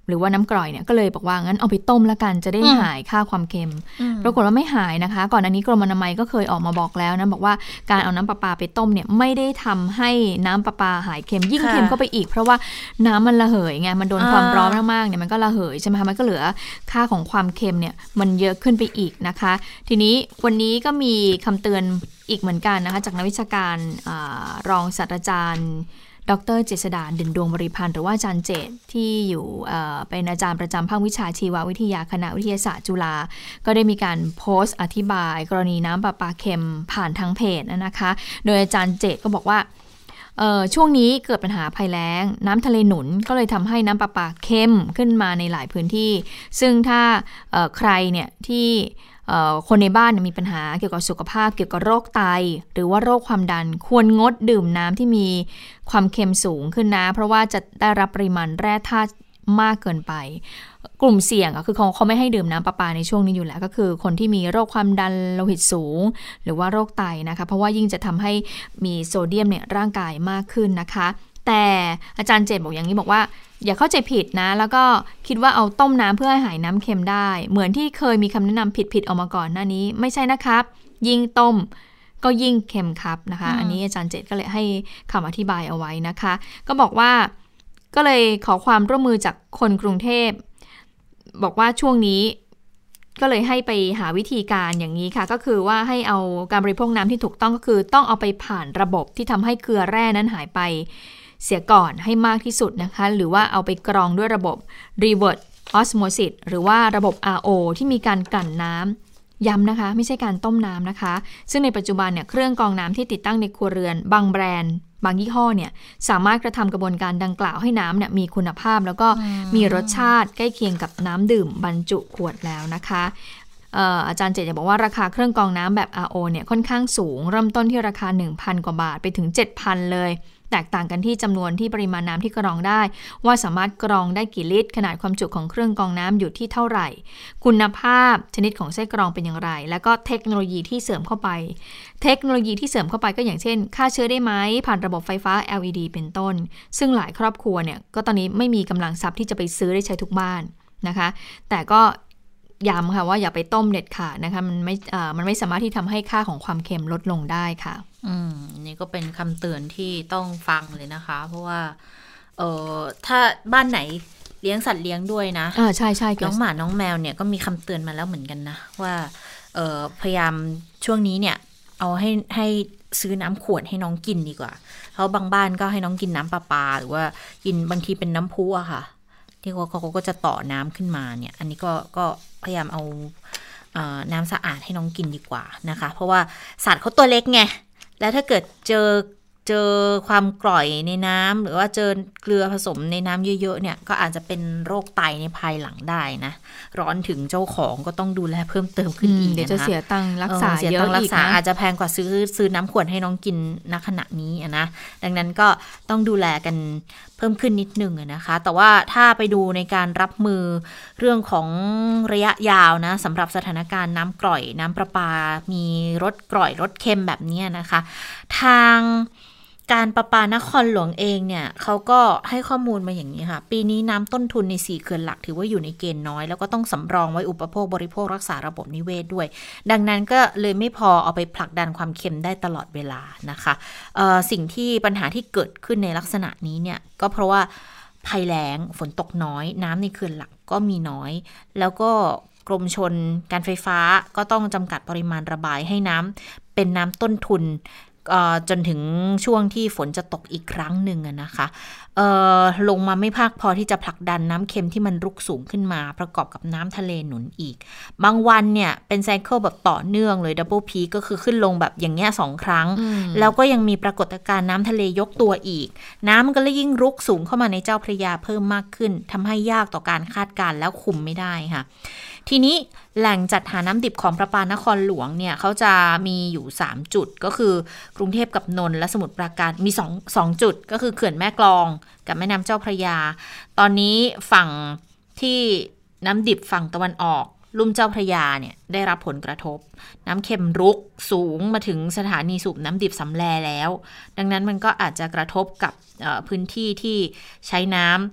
หรือว่าน้ำกร่อยเนี่ยก็เลยบอกว่างั้นเอาไปต้มแล้วกันจะได้หายค่าความเค็มปรากฏว่าไม่หายนะคะก่อนอันนี้กรมอนามัยก็เคยออกมาบอกแล้วนะบอกว่าการเอาน้ำประปาไปต้มเนี่ยไม่ได้ทำให้น้ำประปาหายเค็มยิ่งเค็มเข้าไปอีกเพราะว่าน้ำมันระเหยไงมันโดนความร้อนมากๆเนี่ยมันก็ระเหยใช่ไหมคะมันก็เหลือค่าของความเค็มเนี่ยมันเยอะขึ้นไปอีกนะคะทีนี้วันนี้ก็มีคำเตือนอีกเหมือนกันนะคะจากนักวิชาการรองศาสตราจารย์ดร.เจษฎาเด่นดวงบริพันธ์หรือว่าอาจารย์เจตที่อยู่เป็นอาจารย์ประจำภาควิชาชีววิทยาคณะวิทยาศาสตร์จุฬาก็ได้มีการโพสต์อธิบายกรณีน้ำประปาเค็มผ่านทางเพจนะคะโดยอาจารย์เจตก็บอกว่าช่วงนี้เกิดปัญหาภัยแล้งน้ำทะเลหนุนก็เลยทำให้น้ำประปาเค็มขึ้นมาในหลายพื้นที่ซึ่งถ้าใครเนี่ยที่คนในบ้านมีปัญหาเกี่ยวกับสุขภาพเกี่ยวกับโรคไตหรือว่าโรคความดันควรงดดื่มน้ำที่มีความเค็มสูงขึ้นนะเพราะว่าจะได้รับปริมาณแร่ธาตุมากเกินไปกลุ่มเสี่ยงก็คือเขาเขาไม่ให้ดื่มน้ำประปาในช่วงนี้อยู่แล้วก็คือคนที่มีโรคความดันโลหิตสูงหรือว่าโรคไตนะคะเพราะว่ายิ่งจะทำให้มีโซเดียมในร่างกายมากขึ้นนะคะแต่อาจารย์เจตบอกอย่างนี้บอกว่าอย่าเข้าใจผิดนะแล้วก็คิดว่าเอาต้มน้ำเพื่อให้หายน้ำเค็มได้เหมือนที่เคยมีคำแนะนำผิดๆออกมาก่อนหน้านี้ไม่ใช่นะครับยิ่งต้มก็ยิ่งเค็มครับนะคะอันนี้อาจารย์เจตก็เลยให้คำอธิบายเอาไว้นะคะก็บอกว่าก็เลยขอความร่วมมือจากคนกรุงเทพบอกว่าช่วงนี้ก็เลยให้ไปหาวิธีการอย่างนี้ค่ะก็คือว่าให้เอาการบริโภคน้ำที่ถูกต้องก็คือต้องเอาไปผ่านระบบที่ทำให้เกลือแร่นั้นหายไปเสียก่อนให้มากที่สุดนะคะหรือว่าเอาไปกรองด้วยระบบ reverse osmosis หรือว่าระบบ อาร์ โอ ที่มีการกลั่นน้ำย้ำนะคะไม่ใช่การต้มน้ำนะคะซึ่งในปัจจุบันเนี่ยเครื่องกรองน้ำที่ติดตั้งในครัวเรือนบางแบรนด์บางยี่ห้อเนี่ยสามารถกระทำกระบวนการดังกล่าวให้น้ำเนี่ยมีคุณภาพแล้วก็มีรสชาติใกล้เคียงกับน้ำดื่มบรรจุขวดแล้วนะคะอาจารย์เจตบอกว่าราคาเครื่องกรองน้ำแบบ อาร์ โอ เนี่ยค่อนข้างสูงเริ่มต้นที่ราคา หนึ่งพัน กว่าบาทไปถึง เจ็ดพัน เลยแตกต่างกันที่จำนวนที่ปริมาณน้ำที่กรองได้ว่าสามารถกรองได้กี่ลิตรขนาดความจุของเครื่องกรองน้ำอยู่ที่เท่าไหร่คุณภาพชนิดของไส้กรองเป็นอย่างไรแล้วก็เทคโนโลยีที่เสริมเข้าไปเทคโนโลยีที่เสริมเข้าไปก็อย่างเช่นฆ่าเชื้อได้ไหมผ่านระบบไฟฟ้า แอล อี ดี เป็นต้นซึ่งหลายครอบครัวเนี่ยก็ตอนนี้ไม่มีกำลังทรัพย์ที่จะไปซื้อได้ใช้ทุกบ้านนะคะแต่ก็ย้ำค่ะว่าอย่าไปต้มเด็ดขาดนะคะมันไม่อ่ามันไม่สามารถที่ทำให้ค่าของความเค็มลดลงได้ค่ะอืมนี่ก็เป็นคำเตือนที่ต้องฟังเลยนะคะเพราะว่าเอ่อถ้าบ้านไหนเลี้ยงสัตว์เลี้ยงด้วยนะอ่าใช่ใช่น้องหมาน้องแมวเนี่ยก็มีคำเตือนมาแล้วเหมือนกันนะว่าเอ่อพยายามช่วงนี้เนี่ยเอาให้ให้ซื้อน้ำขวดให้น้องกินดีกว่าเพราะบางบ้านก็ให้น้องกินน้ำประปาหรือว่ากินบางทีเป็นน้ำพุอะค่ะที่เขาเขาก็จะต่อน้ำขึ้นมาเนี่ยอันนี้ก็ก็พยายามเอาน้ำสะอาดให้น้องกินดีกว่านะคะเพราะว่าสัตว์เขาตัวเล็กไงแล้วถ้าเกิดเจอเจอความกร่อยในน้ำหรือว่าเจอเกลือผสมในน้ำเยอะๆเนี่ยก็อาจจะเป็นโรคไตในภายหลังได้นะร้อนถึงเจ้าของก็ต้องดูแลเพิ่มเติมขึ้นอีกเดี๋ยวจะเสียตังค์รักษาเยอะอีกนะอาจจะแพงกว่าซื้อซื้อน้ำขวดให้น้องกินณขณะนี้นะดังนั้นก็ต้องดูแลกันเพิ่มขึ้นนิดนึงนะคะแต่ว่าถ้าไปดูในการรับมือเรื่องของระยะยาวนะสำหรับสถานการณ์น้ำกร่อยน้ำประปามีรสกร่อยรสเค็มแบบนี้นะคะทางการประปานครหลวงเองเนี่ยเขาก็ให้ข้อมูลมาอย่างนี้ค่ะปีนี้น้ำต้นทุนในสี่เขื่อนหลักถือว่าอยู่ในเกณฑ์น้อยแล้วก็ต้องสำรองไว้อุปโภคบริโภครักษาระบบนิเวศด้วยดังนั้นก็เลยไม่พอเอาไปผลักดันความเค็มได้ตลอดเวลานะคะเอ่อสิ่งที่ปัญหาที่เกิดขึ้นในลักษณะนี้เนี่ยก็เพราะว่าภัยแล้งฝนตกน้อยน้ำในเขื่อนหลักก็มีน้อยแล้วก็กรมชลการไฟฟ้าก็ต้องจำกัดปริมาณระบายให้น้ำเป็นน้ำต้นทุนจนถึงช่วงที่ฝนจะตกอีกครั้งหนึ่งนะคะลงมาไม่พากพอที่จะผลักดันน้ำเค็มที่มันรุกสูงขึ้นมาประกอบกับน้ำทะเลหนุนอีกบางวันเนี่ยเป็นไซเคิลแบบต่อเนื่องเลยดับเบิลพีก็คือขึ้นลงแบบอย่างเงี้ยสองครั้งแล้วก็ยังมีปรากฏการณ์น้ำทะเลยกตัวอีกน้ำมันก็เลยยิ่งรุกสูงเข้ามาในเจ้าพระยาเพิ่มมากขึ้นทำให้ยากต่อการคาดการณ์แล้วคุมไม่ได้ค่ะทีนี้แหล่งจัดหาน้ำดิบของประปานครหลวงเนี่ยเขาจะมีอยู่สามจุดก็คือกรุงเทพกับนนท์และสมุทรปราการมี2 2จุดก็คือเขื่อนแม่กลองกับแม่น้ำเจ้าพระยาตอนนี้ฝั่งที่น้ำดิบฝั่งตะวันออกลุ่มเจ้าพระยาเนี่ยได้รับผลกระทบน้ำเค็มรุกสูงมาถึงสถานีสูบน้ำดิบสำแลแล้วดังนั้นมันก็อาจจะกระทบกับพื้นที่ที่ใช้น้ำ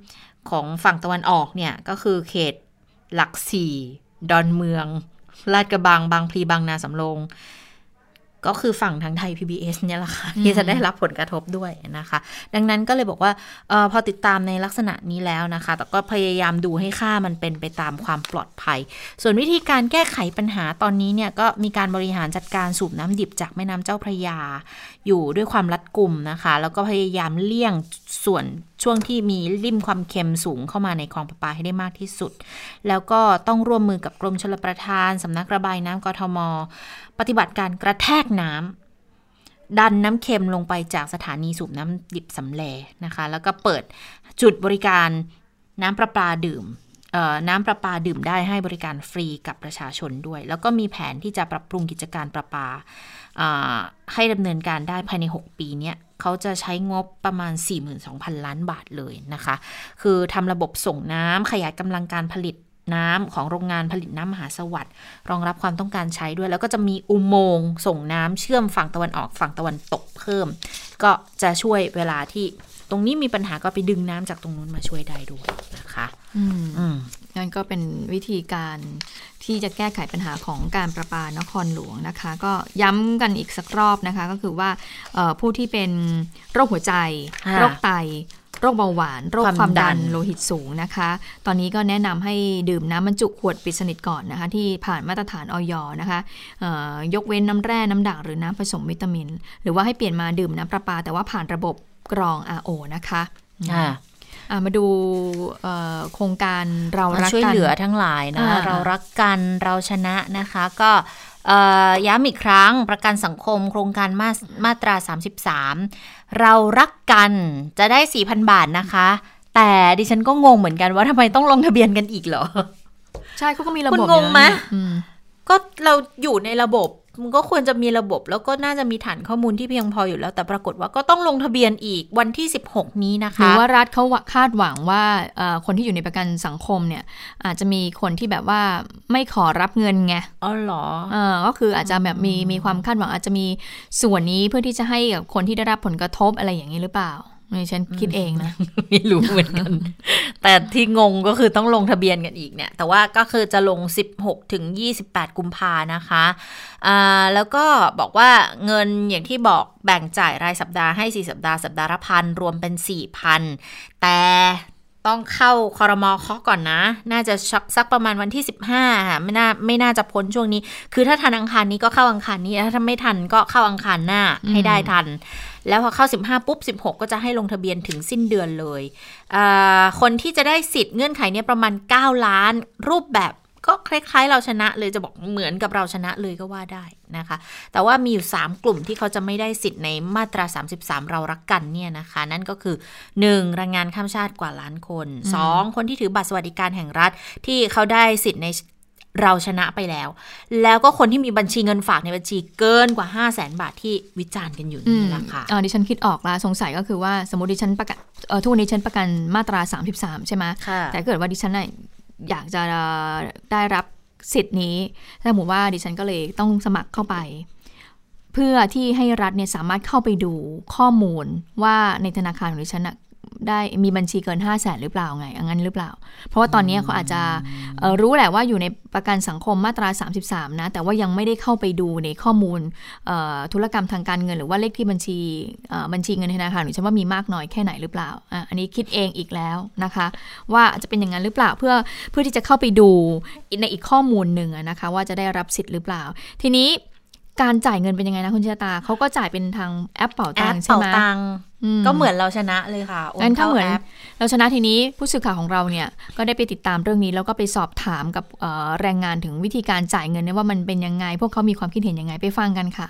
ของฝั่งตะวันออกเนี่ยก็คือเขตหลักสี่ดอนเมืองลาดกระบังบางพลีบางนาสำโรงก็คือฝั่งทางไทย พี บี เอส เนี่ยแหละค่ะที่จะได้รับผลกระทบด้วยนะคะดังนั้นก็เลยบอกว่าเออพอติดตามในลักษณะนี้แล้วนะคะแต่ก็พยายามดูให้ค่ามันเป็นไปตามความปลอดภัยส่วนวิธีการแก้ไขปัญหาตอนนี้เนี่ยก็มีการบริหารจัดการสูบน้ำดิบจากแม่น้ำเจ้าพระยาอยู่ด้วยความรัดกุมนะคะแล้วก็พยายามเลี่ยงส่วนช่วงที่มีลิ่มความเค็มสูงเข้ามาในคลองประปาให้ได้มากที่สุดแล้วก็ต้องร่วมมือกับกรมชลประทานสำนักระบายน้ำกทม.ปฏิบัติการกระแทกน้ำดันน้ำเค็มลงไปจากสถานีสูบน้ำดิบสำแลนะคะแล้วก็เปิดจุดบริการน้ำประปาดื่มน้ำประปาดื่มได้ให้บริการฟรีกับประชาชนด้วยแล้วก็มีแผนที่จะปรับปรุงกิจการประปาให้ดำเนินการได้ภายในหกปีนี้เขาจะใช้งบประมาณ สี่หมื่นสองพัน ล้านบาทเลยนะคะคือทำระบบส่งน้ำขยายกำลังการผลิตน้ำของโรงงานผลิตน้ำมหาสวัสดิ์รองรับความต้องการใช้ด้วยแล้วก็จะมีอุโมงค์ส่งน้ำเชื่อมฝั่งตะวันออกฝั่งตะวันตกเพิ่มก็จะช่วยเวลาที่ตรงนี้มีปัญหาก็ไปดึงน้ำจากตรงนู้นมาช่วยได้ด้วยนะคะอืมอืมนั่นก็เป็นวิธีการที่จะแก้ไขปัญหาของการประปานครหลวงนะคะก็ย้ำกันอีกสักรอบนะคะก็คือว่าผู้ที่เป็นโรคหัวใจโรคไตโรคเบาหวานโรคความดันโลหิตสูงนะคะตอนนี้ก็แนะนำให้ดื่มน้ำบรรจุขวดปิดสนิทก่อนนะคะที่ผ่านมาตรฐานอย.นะคะยกเว้นน้ำแร่น้ำด่างหรือน้ำผสมวิตามินหรือว่าให้เปลี่ยนมาดื่มน้ำประปาแต่ว่าผ่านระบบกรอง อาร์ โอ นะคะมาดูโครงการเรารักกันช่วยเหลือทั้งหลายนะเรารักกันเราชนะนะคะก็ย้ำอีกครั้งประกันสังคมโครงการมามาตราสามสิบสามเรารักกันจะได้ สี่พัน บาทนะคะแต่ดิฉันก็งงเหมือนกันว่าทำไมต้องลงทะเบียนกันอีกเหรอใช่เขาก็มีระบบคุณงงไหมก็เราอยู่ในระบบมันก็ควรจะมีระบบแล้วก็น่าจะมีฐานข้อมูลที่เพียงพออยู่แล้วแต่ปรากฏว่าก็ต้องลงทะเบียนอีกวันที่สิบหกนี้นะคะหรือว่ารัฐเขาคาดหวังว่าคนที่อยู่ในประกันสังคมเนี่ยอาจจะมีคนที่แบบว่าไม่ขอรับเงินไงอ๋อเหรอเออก็คืออาจจะแบบมีมีความคาดหวังอาจจะมีส่วนนี้เพื่อที่จะให้กับคนที่ได้รับผลกระทบอะไรอย่างนี้หรือเปล่าฉันคิดเองนะไม่รู้เหมือนกันแต่ที่งงก็คือต้องลงทะเบียนกันอีกเนี่ยแต่ว่าก็คือจะลงสิบหกถึงยี่สิบแปดกุมภานะคะอ่าแล้วก็บอกว่าเงินอย่างที่บอกแบ่งจ่ายรายสัปดาห์ให้สี่สัปดาห์สัปดาห์ละพันรวมเป็น สี่พัน แต่ต้องเข้าครม.เคาะก่อนนะน่าจะสักประมาณวันที่สิบห้าค่ะไม่น่าไม่น่าจะพ้นช่วงนี้คือถ้าทันอังคารนี้ก็เข้าอังคารนี้ถ้าไม่ทันก็เข้าอังคารหน้าให้ได้ทันแล้วพอเข้าสิบห้าปุ๊บสิบหกก็จะให้ลงทะเบียนถึงสิ้นเดือนเลยคนที่จะได้สิทธิ์เงื่อนไขเนี่ยประมาณเก้าล้านรูปแบบก็คล้ายๆเราชนะเลยจะบอกเหมือนกับเราชนะเลยก็ว่าได้นะคะแต่ว่ามีอยู่สามกลุ่มที่เขาจะไม่ได้สิทธิ์ในมาตราสามสิบสามเรารักกันเนี่ยนะคะนั่นก็คือหนึ่งแรงงานข้ามชาติกว่าล้านคนสองคนที่ถือบัตรสวัสดิการแห่งรัฐที่เขาได้สิทธิ์ในเราชนะไปแล้วแล้วก็คนที่มีบัญชีเงินฝากในบัญชีเกินกว่า ห้าแสน บาทที่วิจารณ์กันอยู่นี่แหละค่ะอ๋อดิฉันคิดออกละสงสัยก็คือว่าสมมติดิฉันประกันเอ่อทุกวันนี้ฉันประกันมาตราสามสิบสามใช่ไหมแต่เกิดว่าดิฉันน่ะอยากจะได้รับสิทธิ์นี้สมมติว่าดิฉันก็เลยต้องสมัครเข้าไปเพื่อที่ให้รัฐเนี่ยสามารถเข้าไปดูข้อมูลว่าในธนาคารของดิฉันน่ะได้มีบัญชีเกิน ห้าแสน หรือเปล่าไงงั้นหรือเปล่าเพราะว่าตอนนี้เขาอาจจะรู้แหละว่าอยู่ในประกันสังคมมาตราสามสิบสามนะแต่ว่ายังไม่ได้เข้าไปดูในข้อมูลธุรกรรมทางการเงินหรือว่าเลขที่บัญชีบัญชีเงินธนาคารหรือฉันว่ามีมากน้อยแค่ไหนหรือเปล่าอันนี้คิดเองอีกแล้วนะคะว่าจะเป็นอย่างนั้นหรือเปล่าเพื่อเพื่อที่จะเข้าไปดูในอีกข้อมูลหนึ่งนะคะว่าจะได้รับสิทธิ์หรือเปล่าทีนี้การจ่ายเงินเป็นยังไงนะคุณชะตาเขาก็จ่ายเป็นทางแอปเป๋าตังค์ใช่ไหมก็เหมือนเราชนะเลยค่ะงั้นถ้าเหมือนเราชนะทีนี้ผู้สื่อข่าวของเราเนี่ยก็ได้ไปติดตามเรื่องนี้แล้วก็ไปสอบถามกับแรงงานถึงวิธีการจ่ายเงินว่ามันเป็นยังไงพวกเขามีความคิดเห็นยังไงไปฟังกันค่ะ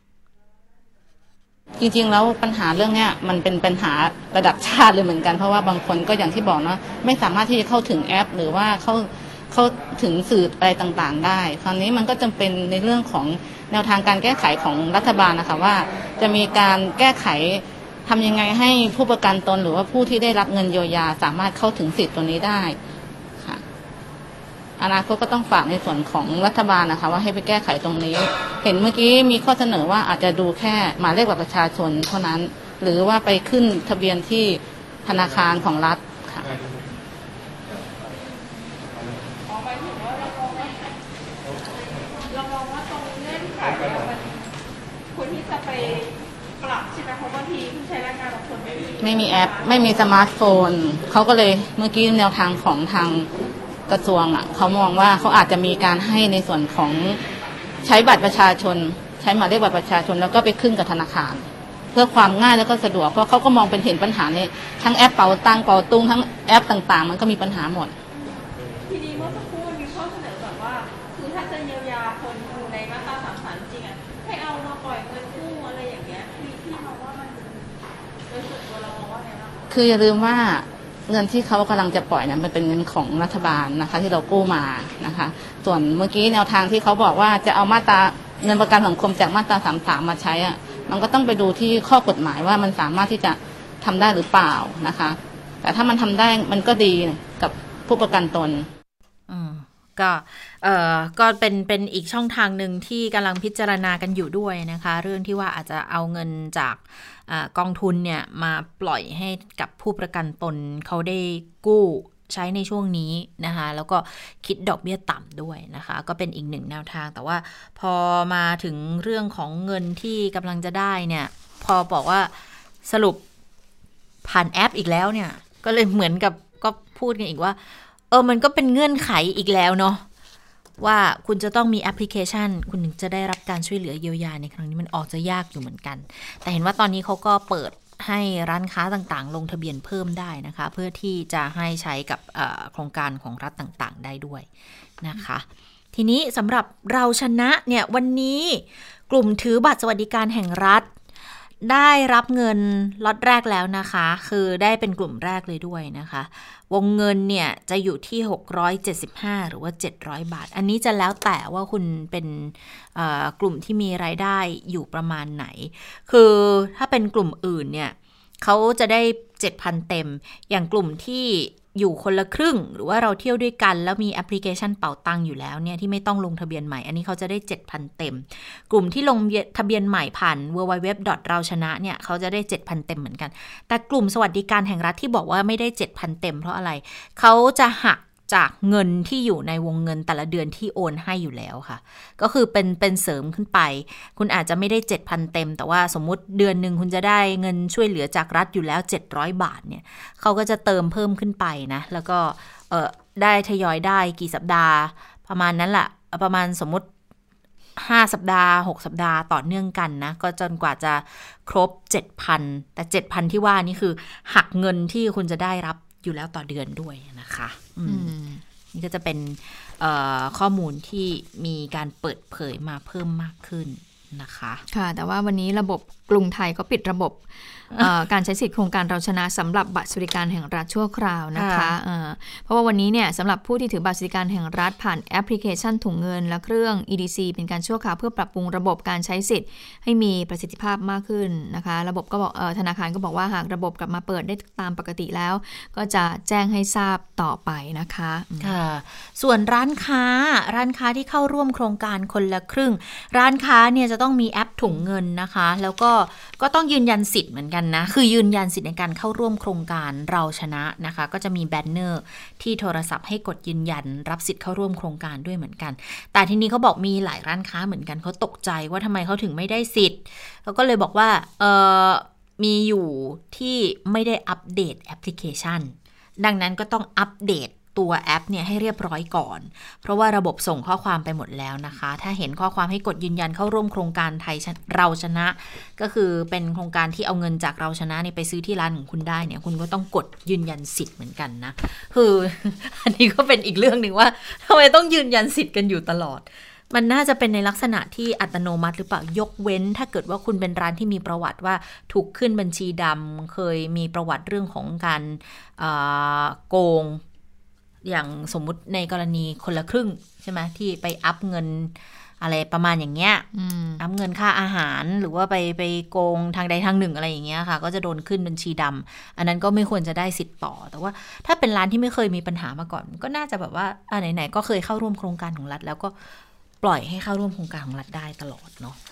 จริงๆแล้วปัญหาเรื่องนี้มันเป็นปัญหาระดับชาติเลยเหมือนกันเพราะว่าบางคนก็อย่างที่บอกนะไม่สามารถที่จะเข้าถึงแอปหรือว่าเข้าเข้าถึงสื่ออะไรต่างๆได้คราวนี้มันก็จำเป็นในเรื่องของแนวทางการแก้ไขของรัฐบาลนะคะว่าจะมีการแก้ไขทำยังไงให้ผู้ประกันตนหรือว่าผู้ที่ได้รับเงินเยียวยาสามารถเข้าถึงสิทธิ์ตัวนี้ได้ค่ะอนาคตก็ต้องฝากในส่วนของรัฐบาลนะคะว่าให้ไปแก้ไขตรงนี้เห็นเมื่อกี้มีข้อเสนอว่าอาจจะดูแค่หมายเลขบัตรประชาชนเท่านั้นหรือว่าไปขึ้นทะเบียนที่ธนาคารของรัฐค่ะเรามองว่าเรามองว่าตรงเงื่อนไขมันควรที่จะไปปรับใช่ไหมเพราะบางทีผู้ใช้แรงงานบางคนไม่มีไม่มีแอปไม่มีสมาร์ทโฟนเขาก็เลยเมื่อกี้แนวทางของทางกระทรวงอ่ะเขามองว่าเขาอาจจะมีการให้ในส่วนของใช้บัตรประชาชนใช้หมายเลขบัตรประชาชนแล้วก็ไปขึ้นกับธนาคารเพื่อความง่ายแล้วก็สะดวกเพราะเขาก็มองเป็นเห็นปัญหาในทั้งแอปเป๋าตังเป๋าตุ้งทั้งแอปต่างๆมันก็มีปัญหาหมดทีนี้เมื่อสักครู่มีข้อเสนอแบบว่าคือถ้าจะเยียวยาคนอยู่ในมาตราสามสิบสามจริงอ่ะให้เอามาปล่อยเงินกู้อะไรอย่างเงี้ยพี่พี่มองว่ามันโดยส่วนตัวเรามองว่าไงบ้างคืออย่าลืมว่าเงินที่เขากำลังจะปล่อยนั้นมันเป็นเงินของรัฐบาลนะคะที่เรากู้มานะคะส่วนเมื่อกี้แนวทางที่เขาบอกว่าจะเอามาตราเงินประกันสังคมจากมาตราสามสิบสามมาใช้อ่ะมันก็ต้องไปดูที่ข้อกฎหมายว่ามันสามารถที่จะทำได้หรือเปล่านะคะแต่ถ้ามันทำได้มันก็ดีกับผู้ประกันตนอืมก็เอ่อก็เป็นเป็นอีกช่องทางหนึ่งที่กำลังพิจารณากันอยู่ด้วยนะคะเรื่องที่ว่าอาจจะเอาเงินจากกองทุนเนี่ยมาปล่อยให้กับผู้ประกันตนเขาได้กู้ใช้ในช่วงนี้นะคะแล้วก็คิดดอกเบี้ยต่ำด้วยนะคะก็เป็นอีกหนึ่งแนวทางแต่ว่าพอมาถึงเรื่องของเงินที่กำลังจะได้เนี่ยพอบอกว่าสรุปผ่านแอปอีกแล้วเนี่ยก็เลยเหมือนกับก็พูดกันอีกว่าเออมันก็เป็นเงื่อนไขอีกแล้วเนาะว่าคุณจะต้องมีแอปพลิเคชันคุณถึงจะได้รับการช่วยเหลือเยียวยาในครั้งนี้มันออกจะยากอยู่เหมือนกันแต่เห็นว่าตอนนี้เขาก็เปิดให้ร้านค้าต่างๆลงทะเบียนเพิ่มได้นะคะเพื่อที่จะให้ใช้กับโครงการของรัฐต่างๆได้ด้วยนะคะทีนี้สำหรับเราชนะเนี่ยวันนี้กลุ่มถือบัตรสวัสดิการแห่งรัฐได้รับเงินล็อตแรกแล้วนะคะคือได้เป็นกลุ่มแรกเลยด้วยนะคะวงเงินเนี่ยจะอยู่ที่หกร้อยเจ็ดสิบห้าหรือว่าเจ็ดร้อยบาทอันนี้จะแล้วแต่ว่าคุณเป็นกลุ่มที่มีรายได้อยู่ประมาณไหนคือถ้าเป็นกลุ่มอื่นเนี่ยเขาจะได้ เจ็ดพัน เต็มอย่างกลุ่มที่อยู่คนละครึ่งหรือว่าเราเที่ยวด้วยกันแล้วมีแอปพลิเคชันเป๋าตังอยู่แล้วเนี่ยที่ไม่ต้องลงทะเบียนใหม่อันนี้เขาจะได้ เจ็ดพัน เต็มกลุ่มที่ลงทะเบียนใหม่ผ่าน ดับเบิลยู ดับเบิลยู ดับเบิลยู ดอท เราชนะเนี่ยเขาจะได้ เจ็ดพัน เต็มเหมือนกันแต่กลุ่มสวัสดิการแห่งรัฐที่บอกว่าไม่ได้ เจ็ดพัน เต็มเพราะอะไรเขาจะหักจากเงินที่อยู่ในวงเงินแต่ละเดือนที่โอนให้อยู่แล้วค่ะก็คือเป็นเป็นเสริมขึ้นไปคุณอาจจะไม่ได้ เจ็ดพัน เต็มแต่ว่าสมมุติเดือนนึงคุณจะได้เงินช่วยเหลือจากรัฐอยู่แล้วเจ็ดร้อยบาทเนี่ยเขาก็จะเติมเพิ่มขึ้นไปนะแล้วก็เอ่อได้ทยอยได้กี่สัปดาห์ประมาณนั้นแหละประมาณสมมุติห้าสัปดาห์หกสัปดาห์ต่อเนื่องกันนะก็จนกว่าจะครบ เจ็ดพัน แต่ เจ็ดพัน ที่ว่านี่คือหักเงินที่คุณจะได้รับอยู่แล้วต่อเดือนด้วยนะคะนี่ก็จะเป็นข้อมูลที่มีการเปิดเผยมาเพิ่มมากขึ้นนะคะค่ะแต่ว่าวันนี้ระบบกรุงไทยก็ปิดระบบ การใช้สิทธิโครงการเราชนะสำหรับบัตรสวัสดิการแห่งรัฐชั่วคราวนะคะเพราะว่าวันนี้เนี่ยสำหรับผู้ที่ถือบัตรสวัสดิการแห่งรัฐผ่านแอปพลิเคชันถุงเงินและเครื่อง อี ดี ซี เป็นการชั่วคราวเพื่อปรับปรุงระบบการใช้สิทธิ์ให้มีประสิทธิภาพมากขึ้นนะคะระบบก็บอกธนาคารก็บอกว่าหากระบบกลับมาเปิดได้ตามปกติแล้วก็จะแจ้งให้ทราบต่อไปนะคะค่ะส่วนร้านค้าร้านค้าที่เข้าร่วมโครงการคนละครึ่งร้านค้าเนี่ยจะต้องมีแอปถุงเงินนะคะแล้วก็ก็ต้องยืนยันสิทธิ์เหมือนกันนะคือยืนยันสิทธิ์ในการเข้าร่วมโครงการเราชนะนะคะก็จะมีแบนเนอร์ที่โทรศัพท์ให้กดยืนยันรับสิทธิ์เข้าร่วมโครงการด้วยเหมือนกันแต่ทีนี้เขาบอกมีหลายร้านค้าเหมือนกันเขาตกใจว่าทำไมเขาถึงไม่ได้สิทธิ์เขาก็เลยบอกว่าเออมีอยู่ที่ไม่ได้อัปเดตแอปพลิเคชันดังนั้นก็ต้องอัปเดตตัวแอปเนี่ยให้เรียบร้อยก่อนเพราะว่าระบบส่งข้อความไปหมดแล้วนะคะถ้าเห็นข้อความให้กดยืนยันเข้าร่วมโครงการไทยเราชนะก็คือเป็นโครงการที่เอาเงินจากเราชนะเนี่ยไปซื้อที่ร้านของคุณได้เนี่ยคุณก็ต้องกดยืนยันสิทธิ์เหมือนกันนะคืออันนี้ก็เป็นอีกเรื่องนึงว่าทำไมต้องยืนยันสิทธิ์กันอยู่ตลอดมันน่าจะเป็นในลักษณะที่อัตโนมัติหรือเปล่ายกเว้นถ้าเกิดว่าคุณเป็นร้านที่มีประวัติว่าถูกขึ้นบัญชีดำเคยมีประวัติเรื่องของการโกงอย่างสมมุติในกรณีคนละครึ่งใช่ไหมที่ไปอัพเงินอะไรประมาณอย่างเงี้ยอัพเงินค่าอาหารหรือว่าไปไปโกงทางใดทางหนึ่งอะไรอย่างเงี้ยค่ะก็จะโดนขึ้นบัญชีดำอันนั้นก็ไม่ควรจะได้สิทธิ์ต่อแต่ว่าถ้าเป็นร้านที่ไม่เคยมีปัญหามาก่อนก็น่าจะแบบว่าอ่าไหนๆก็เคยเข้าร่วมโครงการของรัฐแล้วก็ปล่อยให้เข้าร่วมโครงการของรัฐได้ตลอดเนาะ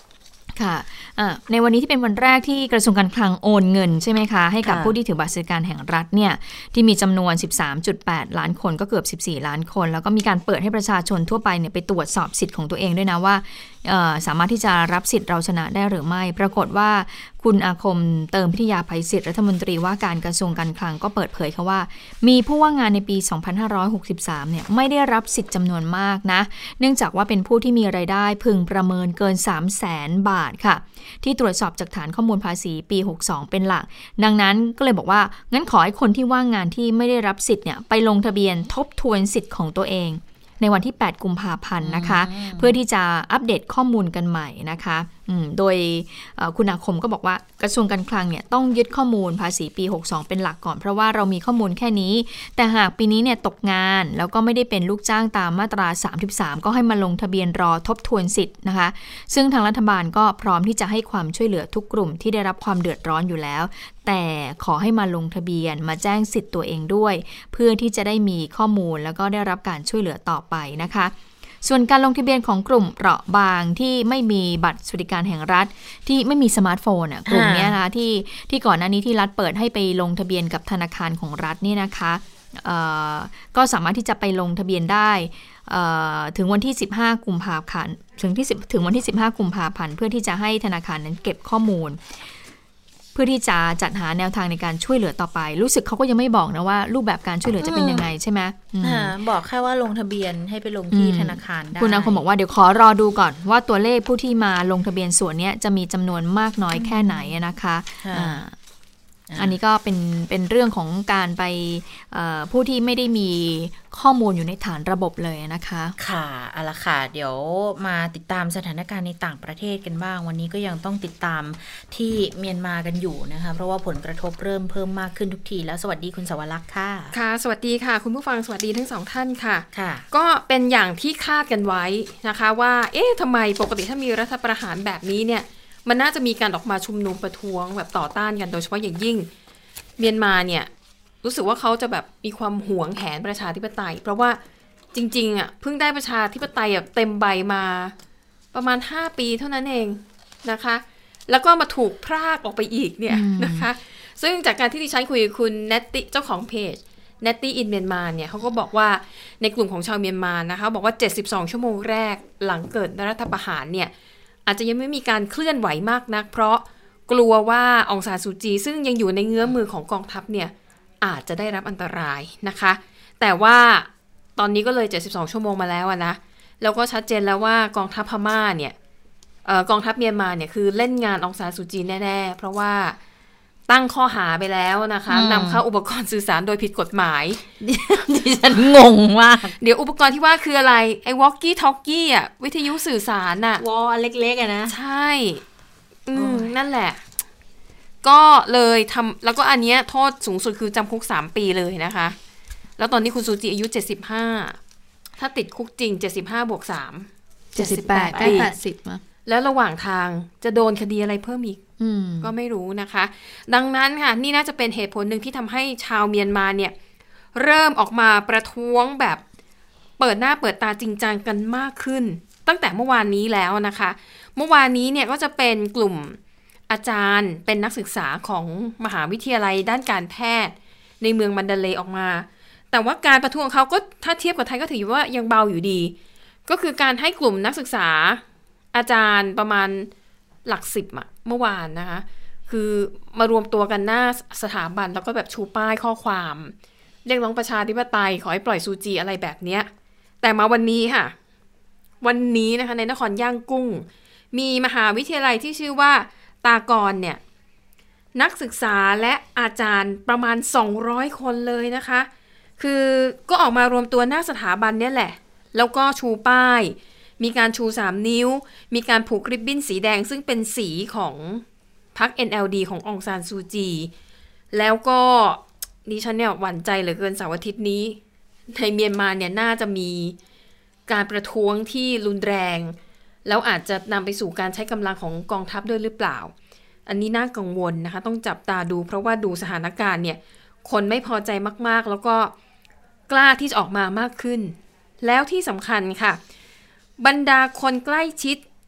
ค่ะในวันนี้ที่เป็นวันแรกที่กระทรวงการคลังโอนเงินใช่ไหมคะให้กับผู้ที่ถือบัตรสวัสดิการแห่งรัฐเนี่ยที่มีจำนวน สิบสามจุดแปด ล้านคนก็เกือบสิบสี่ล้านคนแล้วก็มีการเปิดให้ประชาชนทั่วไปเนี่ยไปตรวจสอบสิทธิ์ของตัวเองด้วยนะว่าสามารถที่จะรับสิทธิ์เราชนะได้หรือไม่ปรากฏว่าคุณอาคมเติมพิทยาภัยศิษย์รัฐมนตรีว่าการกระทรวงการคลังก็เปิดเผยค่ะว่ามีผู้ว่างงานในปีสองพันห้าร้อยหกสิบสามเนี่ยไม่ได้รับสิทธิ์จำนวนมากนะเนื่องจากว่าเป็นผู้ที่มีรายได้พึงประเมินเกิน สามแสน บาทค่ะที่ตรวจสอบจากฐานข้อมูลภาษีปีหกสิบสองเป็นหลักดังนั้นก็เลยบอกว่างั้นขอให้คนที่ว่างงานที่ไม่ได้รับสิทธิ์เนี่ยไปลงทะเบียนทบทวนสิทธิ์ของตัวเองในวันที่แปดกุมภาพันธ์นะคะเพื่อที่จะอัปเดตข้อมูลกันใหม่นะคะโดยคุณอาคมก็บอกว่ากระทรวงการคลังเนี่ยต้องยึดข้อมูลภาษีปีหกสิบสองเป็นหลักก่อนเพราะว่าเรามีข้อมูลแค่นี้แต่หากปีนี้เนี่ยตกงานแล้วก็ไม่ได้เป็นลูกจ้างตามมาตราสามสิบสามก็ให้มาลงทะเบียนรอทบทวนสิทธิ์นะคะซึ่งทางรัฐบาลก็พร้อมที่จะให้ความช่วยเหลือทุกกลุ่มที่ได้รับความเดือดร้อนอยู่แล้วแต่ขอให้มาลงทะเบียนมาแจ้งสิทธิ์ตัวเองด้วยเพื่อที่จะได้มีข้อมูลแล้วก็ได้รับการช่วยเหลือต่อไปนะคะส่วนการลงทะเบียนของกลุ่มเปราะบางที่ไม่มีบัตรสวัสดิการแห่งรัฐที่ไม่มีสมาร์ทโฟนอ่ะกลุ่มนี้นะคะที่ที่ก่อนหน้านี้ที่รัฐเปิดให้ไปลงทะเบียนกับธนาคารของรัฐนี่นะคะก็สามารถที่จะไปลงทะเบียนได้ถึงวันที่สิบห้ากุมภาพันธ์ถึงที่ถึงวันที่สิบห้ากุมภาพันธ์เพื่อที่จะให้ธนาคารนั้นเก็บข้อมูลเพื่อที่จะจัดหาแนวทางในการช่วยเหลือต่อไปรู้สึกเขาก็ยังไม่บอกนะว่ารูปแบบการช่วยเหลือจะเป็นยังไงใช่ไหมบอกแค่ว่าลงทะเบียนให้ไปลงที่ธนาคารได้คุณอาคมบอกว่าเดี๋ยวขอรอดูก่อนว่าตัวเลขผู้ที่มาลงทะเบียนส่วนนี้จะมีจำนวนมากน้อยแค่ไหนนะคะอันนี้ก็เป็นเป็นเรื่องของการไปผู้ที่ไม่ได้มีข้อมูลอยู่ในฐานระบบเลยนะคะค่ะเอาละค่ะเดี๋ยวมาติดตามสถานการณ์ในต่างประเทศกันบ้างวันนี้ก็ยังต้องติดตามที่เมียนมากันอยู่นะคะเพราะว่าผลกระทบเริ่มเพิ่มมากขึ้นทุกทีแล้วสวัสดีคุณสวรักษ์ค่ะค่ะสวัสดีค่ะคุณผู้ฟังสวัสดีทั้งสองท่านค่ะค่ะก็เป็นอย่างที่คาดกันไว้นะคะว่าเอ๊ะทำไมปกติถ้ามีรัฐประหารแบบนี้เนี่ยมันน่าจะมีการออกมาชุมนุมประท้วงแบบต่อต้านกันโดยเฉพาะอย่างยิ่งเมียนมาเนี่ยรู้สึกว่าเขาจะแบบมีความหวงแหนประชาธิปไตยเพราะว่าจริงๆอ่ะเพิ่งได้ประชาธิปไตยแบบเต็มใบมาประมาณห้าปีเท่านั้นเองนะคะแล้วก็มาถูกพรากออกไปอีกเนี่ยนะคะซึ่งจากการที่ดิฉันคุยกับคุณเนตตี้เจ้าของเพจ Netty in Myanmar เนี่ยเขาก็บอกว่าในกลุ่มของชาวเมียนมานะคะบอกว่าเจ็ดสิบสองชั่วโมงแรกหลังเกิดรัฐประหารเนี่ยอาจจะยังไม่มีการเคลื่อนไหวมากนักเพราะกลัวว่าองซานซูจีซึ่งยังอยู่ในเงื้อมือของกองทัพเนี่ยอาจจะได้รับอันตรายนะคะแต่ว่าตอนนี้ก็เลยเจ็ดสิบสองชั่วโมงมาแล้วนะแล้วก็ชัดเจนแล้วว่ากองทัพพม่าเนี่ยเอ่อกองทัพเมียนมาเนี่ยคือเล่นงานองซานซูจีแน่ๆเพราะว่าตั้งข้อหาไปแล้วนะคะนำเข้าอุปกรณ์สื่อสารโดยผิดกฎหมายดิฉันงงมากเดี๋ยวอุปกรณ์ที่ว่าคืออะไรไอ้วอลกี้ทอกกี้อ่ะวิทยุสื่อสารน่ะวอลเล็กๆอ่ะนะใช่อืมนั่นแหละก็เลยทำแล้วก็อันเนี้ยโทษสูงสุดคือจำคุกสามปีเลยนะคะแล้วตอนนี้คุณซูจีอายุเจ็ดสิบห้าถ้าติดคุกจริงเจ็ดสิบห้าบวกสามเจ็ดสิบแปดใกล้แปดสิบมั้ยแล้วระหว่างทางจะโดนคดีอะไรเพิ่มอีกก็ไม่รู้นะคะดังนั้นค่ะนี่น่าจะเป็นเหตุผลหนึ่งที่ทำให้ชาวเมียนมาเนี่ยเริ่มออกมาประท้วงแบบเปิดหน้าเปิดตาจริงจังกันมากขึ้นตั้งแต่เมื่อวานนี้แล้วนะคะเมื่อวานนี้เนี่ยก็จะเป็นกลุ่มอาจารย์เป็นนักศึกษาของมหาวิทยาลัยด้านการแพทย์ในเมืองมันดาเลย์ออกมาแต่ว่าการประท้วงเขาก็ถ้าเทียบกับไทยก็ถือว่ายังเบาอยู่ดีก็คือการให้กลุ่มนักศึกษาอาจารย์ประมาณหลักสิบอะเมื่อวานนะคะคือมารวมตัวกันหน้าสถาบันแล้วก็แบบชูป้ายข้อความเรียกร้องประชาธิปไตยขอให้ปล่อยซูจีอะไรแบบเนี้ยแต่มาวันนี้ค่ะวันนี้นะคะในนครย่างกุ้งมีมหาวิทยาลัยที่ชื่อว่าตากรเนี่ยนักศึกษาและอาจารย์ประมาณสองร้อยคนเลยนะคะคือก็ออกมารวมตัวหน้าสถาบันเนี่ยแหละแล้วก็ชูป้ายมีการชูสามนิ้วมีการผูกริบบิ้นสีแดงซึ่งเป็นสีของพรรค เอ็น แอล ดี ขององซานซูจีแล้วก็ดิฉันเนี่ยหวั่นใจเหลือเกินเสาร์อาทิตย์นี้ในเมียนมาเนี่ยน่าจะมีการประท้วงที่รุนแรงแล้วอาจจะนำไปสู่การใช้กำลังของกองทัพด้วยหรือเปล่าอันนี้น่ากังวลนะคะต้องจับตาดูเพราะว่าดูสถานการณ์เนี่ยคนไม่พอใจมากๆแล้วก็กล้าที่จะออกมามากขึ้นแล้วที่สำคัญค่ะบรรดาคนใกล้ชิด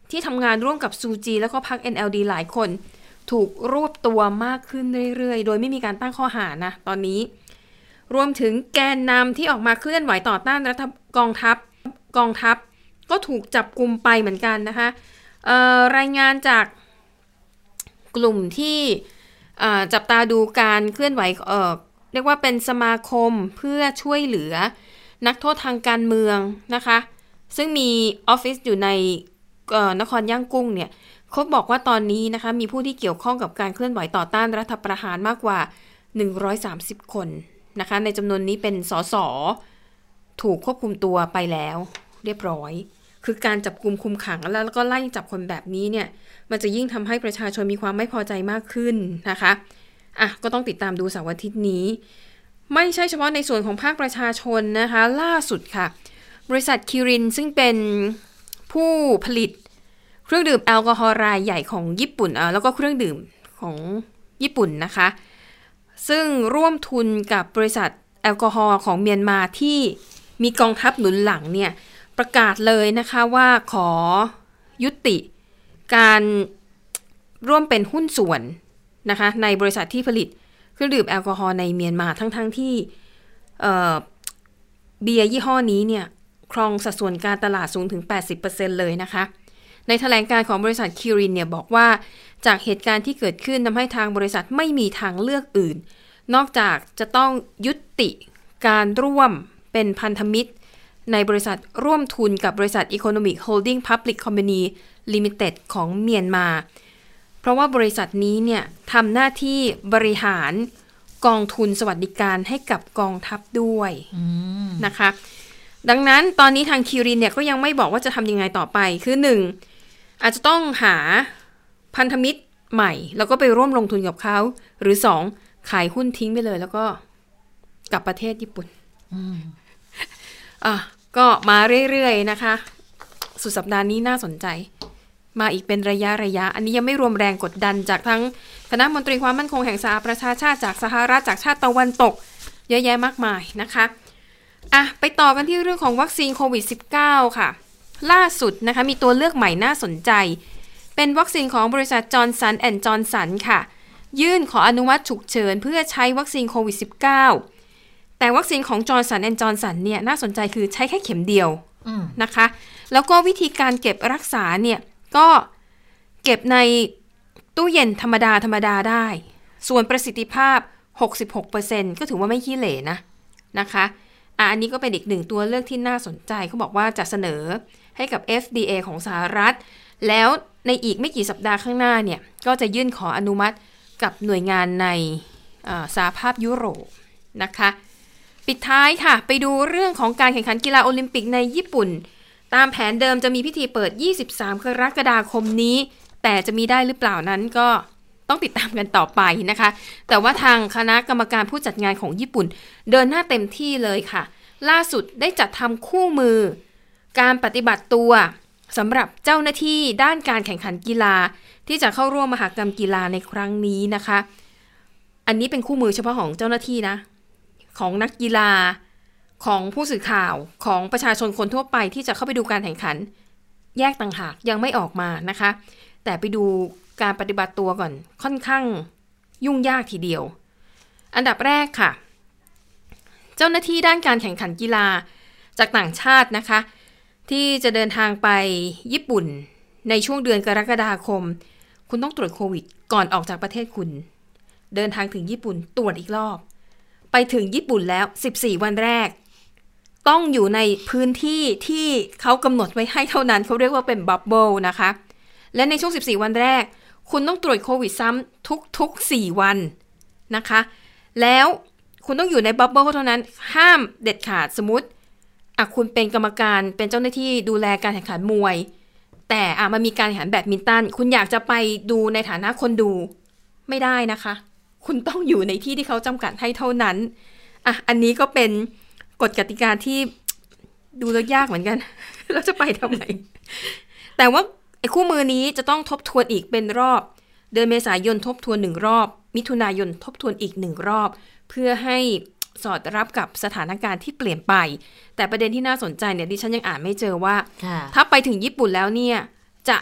ที่ทำงานร่วมกับซูจีแล้วก็พรรค เอ็น แอล ดี หลายคนถูกรวบตัวมากขึ้นเรื่อยๆโดยไม่มีการตั้งข้อหานะตอนนี้รวมถึงแกนนำที่ออกมาเคลื่อนไหวต่อต้านรัฐกองทัพกองทัพก็ถูกจับกุมไปเหมือนกันนะคะรายงานจากกลุ่มที่จับตาดูการเคลื่อนไหวเอ่อเรียกว่าเป็นสมาคมเพื่อช่วยเหลือนักโทษทางการเมืองนะคะซึ่งมีออฟฟิศอยู่ในนครย่างกุ้งเนี่ยเขาบอกว่าตอนนี้นะคะมีผู้ที่เกี่ยวข้องกับการเคลื่อนไหวต่อต้านรัฐประหารมากกว่าหนึ่งร้อยสามสิบคนนะคะในจำนวนนี้เป็นสสถูกควบคุมตัวไปแล้วเรียบร้อยคือการจับกุมคุมขังแล้วก็ไล่จับคนแบบนี้เนี่ยมันจะยิ่งทำให้ประชาชนมีความไม่พอใจมากขึ้นนะคะอ่ะก็ต้องติดตามดูเสาร์อาทิตย์นี้ไม่ใช่เฉพาะในส่วนของภาคประชาชนนะคะล่าสุดค่ะบริษัทคิรินซึ่งเป็นผู้ผลิตเครื่องดื่มแอลกอฮอล์รายใหญ่ของญี่ปุ่นอ่ะแล้วก็เครื่องดื่มของญี่ปุ่นนะคะซึ่งร่วมทุนกับบริษัทแอลกอฮอล์ของเมียนมาที่มีกองทัพหนุนหลังเนี่ยประกาศเลยนะคะว่าขอยุติการร่วมเป็นหุ้นส่วนนะคะในบริษัทที่ผลิตเครื่องดื่มแอลกอฮอล์ในเมียนมาทั้งๆ ท, ที่เอ่อเบียร์ยี่ห้อนี้เนี่ยครองสัดส่วนการตลาดสูงถึง แปดสิบเปอร์เซ็นต์ เลยนะคะในแถลงการของบริษัทคิรินเนี่ยบอกว่าจากเหตุการณ์ที่เกิดขึ้นทำให้ทางบริษัทไม่มีทางเลือกอื่นนอกจากจะต้องยุติการร่วมเป็นพันธมิตรในบริษัทร่วมทุนกับบริษัท Economic Holding Public Company Limited ของเมียนมาเพราะว่าบริษัทนี้เนี่ยทำหน้าที่บริหารกองทุนสวัสดิการให้กับกองทัพด้วยนะคะดังนั้นตอนนี้ทางคิรินเนี่ยก็ยังไม่บอกว่าจะทำยังไงต่อไปคือหนึ่งอาจจะต้องหาพันธมิตรใหม่แล้วก็ไปร่วมลงทุนกับเขาหรือสองขายหุ้นทิ้งไปเลยแล้วก็กลับประเทศญี่ปุ่นอ่ะก็มาเรื่อยๆนะคะสุดสัปดาห์นี้น่าสนใจมาอีกเป็นระยะระยะอันนี้ยังไม่รวมแรงกดดันจากทั้งคณะมนตรีความมั่นคงแห่งสหประชาชาติจากสหรัฐจากชาติตะวันตกเยอะแยะมากมายนะคะอ่ะไปต่อกันที่เรื่องของวัคซีนโควิด สิบเก้า ค่ะล่าสุดนะคะมีตัวเลือกใหม่น่าสนใจเป็นวัคซีนของบริษัทจอห์นสันแอนด์จอห์นสันค่ะยื่นขออนุมัติฉุกเฉินเพื่อใช้วัคซีนโควิด สิบเก้า แต่วัคซีนของจอห์นสันแอนด์จอห์นสันเนี่ยน่าสนใจคือใช้แค่เข็มเดียวนะคะแล้วก็วิธีการเก็บรักษาเนี่ยก็เก็บในตู้เย็นธรรมดาธรรมดาได้ส่วนประสิทธิภาพ หกสิบหกเปอร์เซ็นต์ ก็ถือว่าไม่ขี้เหร่นะนะคะอ่ะอันนี้ก็เป็นอีกหนึ่งตัวเลือกที่น่าสนใจเขาบอกว่าจะเสนอให้กับ เอฟ ดี เอ ของสหรัฐแล้วในอีกไม่กี่สัปดาห์ข้างหน้าเนี่ยก็จะยื่นขออนุมัติกับหน่วยงานในสหภาพยุโรปนะคะปิดท้ายค่ะไปดูเรื่องของการแข่งขันกีฬาโอลิมปิกในญี่ปุ่นตามแผนเดิมจะมีพิธีเปิดยี่สิบสามกรกฎาคมนี้แต่จะมีได้หรือเปล่านั้นก็ต้องติดตามกันต่อไปนะคะแต่ว่าทางคณะกรรมการผู้จัดงานของญี่ปุ่นเดินหน้าเต็มที่เลยค่ะล่าสุดได้จัดทำคู่มือการปฏิบัติตัวสำหรับเจ้าหน้าที่ด้านการแข่งขันกีฬาที่จะเข้าร่วมมหกรรมกีฬาในครั้งนี้นะคะอันนี้เป็นคู่มือเฉพาะของเจ้าหน้าที่นะของนักกีฬาของผู้สื่อข่าวของประชาชนคนทั่วไปที่จะเข้าไปดูการแข่งขันแยกต่างหากยังไม่ออกมานะคะแต่ไปดูการปฏิบัติตัวก่อนค่อนข้างยุ่งยากทีเดียวอันดับแรกค่ะเจ้าหน้าที่ด้านการแข่งขันกีฬาจากต่างชาตินะคะที่จะเดินทางไปญี่ปุ่นในช่วงเดือนกรกฎาคมคุณต้องตรวจโควิดก่อนออกจากประเทศคุณเดินทางถึงญี่ปุ่นตรวจอีกรอบไปถึงญี่ปุ่นแล้วสิบสี่วันแรกต้องอยู่ในพื้นที่ที่เขากำหนดไว้ให้เท่านั้นเขาเรียกว่าเป็นบับเบิลนะคะและในช่วงสิบสี่วันแรกคุณต้องตรวจโควิดซ้ำทุกๆสี่วันนะคะแล้วคุณต้องอยู่ในบับเบิลเท่านั้นห้ามเด็ดขาดสมมุติอ่ะคุณเป็นกรรมการเป็นเจ้าหน้าที่ดูแลการแข่งขันมวยแต่อ่ะมันมีการแข่งขันแบดมินตันคุณอยากจะไปดูในฐานะคนดูไม่ได้นะคะคุณต้องอยู่ในที่ที่เขาจำกัดให้เท่านั้นอ่ะอันนี้ก็เป็นกฎกติกาที่ดูแล้วยากเหมือนกันเราจะไปทำไงแต่ว่าไอ้คู่มือนี้จะต้องทบทวนอีกเป็นรอบเดือนเมษายนทบทวนหนึ่งรอบมิถุนายนทบทวนอีกหนึ่งรอบเพื่อให้สอดรับกับสถานการณ์ที่เปลี่ยนไปแต่ประเด็นที่น่าสนใจเนี่ยดิฉันยังอ่านไม่เจอว่าถ้าไปถึงญี่ปุ่นแล้วเนี่ยจะ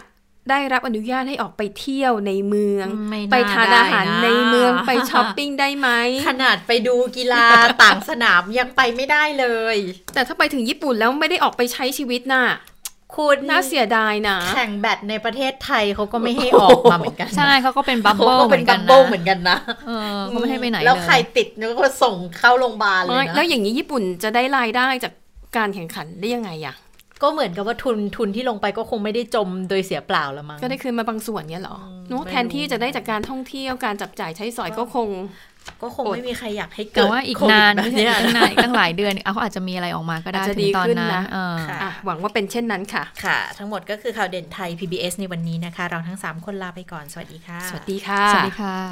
ได้รับอนุญาตให้ออกไปเที่ยวในเมืองไปทานอาหารในเมืองไปช้อปปิ้งได้ไหมขนาดไปดูกีฬา ต่างสนามยังไปไม่ได้เลยแต่ถ้าไปถึงญี่ปุ่นแล้วไม่ได้ออกไปใช้ชีวิตน่ะคุณน่าเสียดายนะแข่งแบดในประเทศไทยเขาก็ไม่ให้ออกมาเหมือนกันใช่เขาก็เป็นบับเบิ้ลเหมือนกันนะเหมือนกันนะเขาไม่ให้ไปไหนเลยแล้วใครติดก็ส่งเข้าโรงพยาบาลเลยนะแล้วอย่างนี้ญี่ปุ่นจะได้รายได้จากการแข่งขันได้ยังไงอะก็เหมือนกับว่าทุนทุนที่ลงไปก็คงไม่ได้จมโดยเสียเปล่าละมั้งก็ได้คืนมาบางส่วนเนี้ยหรอเนาะแทนที่จะได้จากการท่องเที่ยวการจับจ่ายใช้สอยก็คงก็คงไม่มีใครอยากให้เกิดแต่ว่าอีกนานไม่ใช่อีกนานตั้งหลายเดือนเขาอาจจะมีอะไรออกมาก็ได้ถึงตอนนั้นหวังว่าเป็นเช่นนั้นค่ะค่ะทั้งหมดก็คือข่าวเด่นไทย พี บี เอส ในวันนี้นะคะเราทั้งสามคนลาไปก่อนสวัสดีค่ะสวัสดีค่ะสวัสดีค่ะ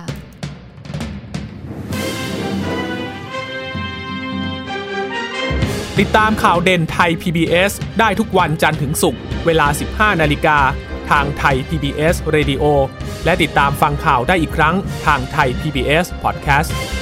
ติดตามข่าวเด่นไทย พี บี เอส ได้ทุกวันจันทร์ถึงศุกร์เวลา สิบห้านาฬิกาทางไทย พี บี เอส Radio และติดตามฟังข่าวได้อีกครั้งทางไทย พี บี เอส Podcast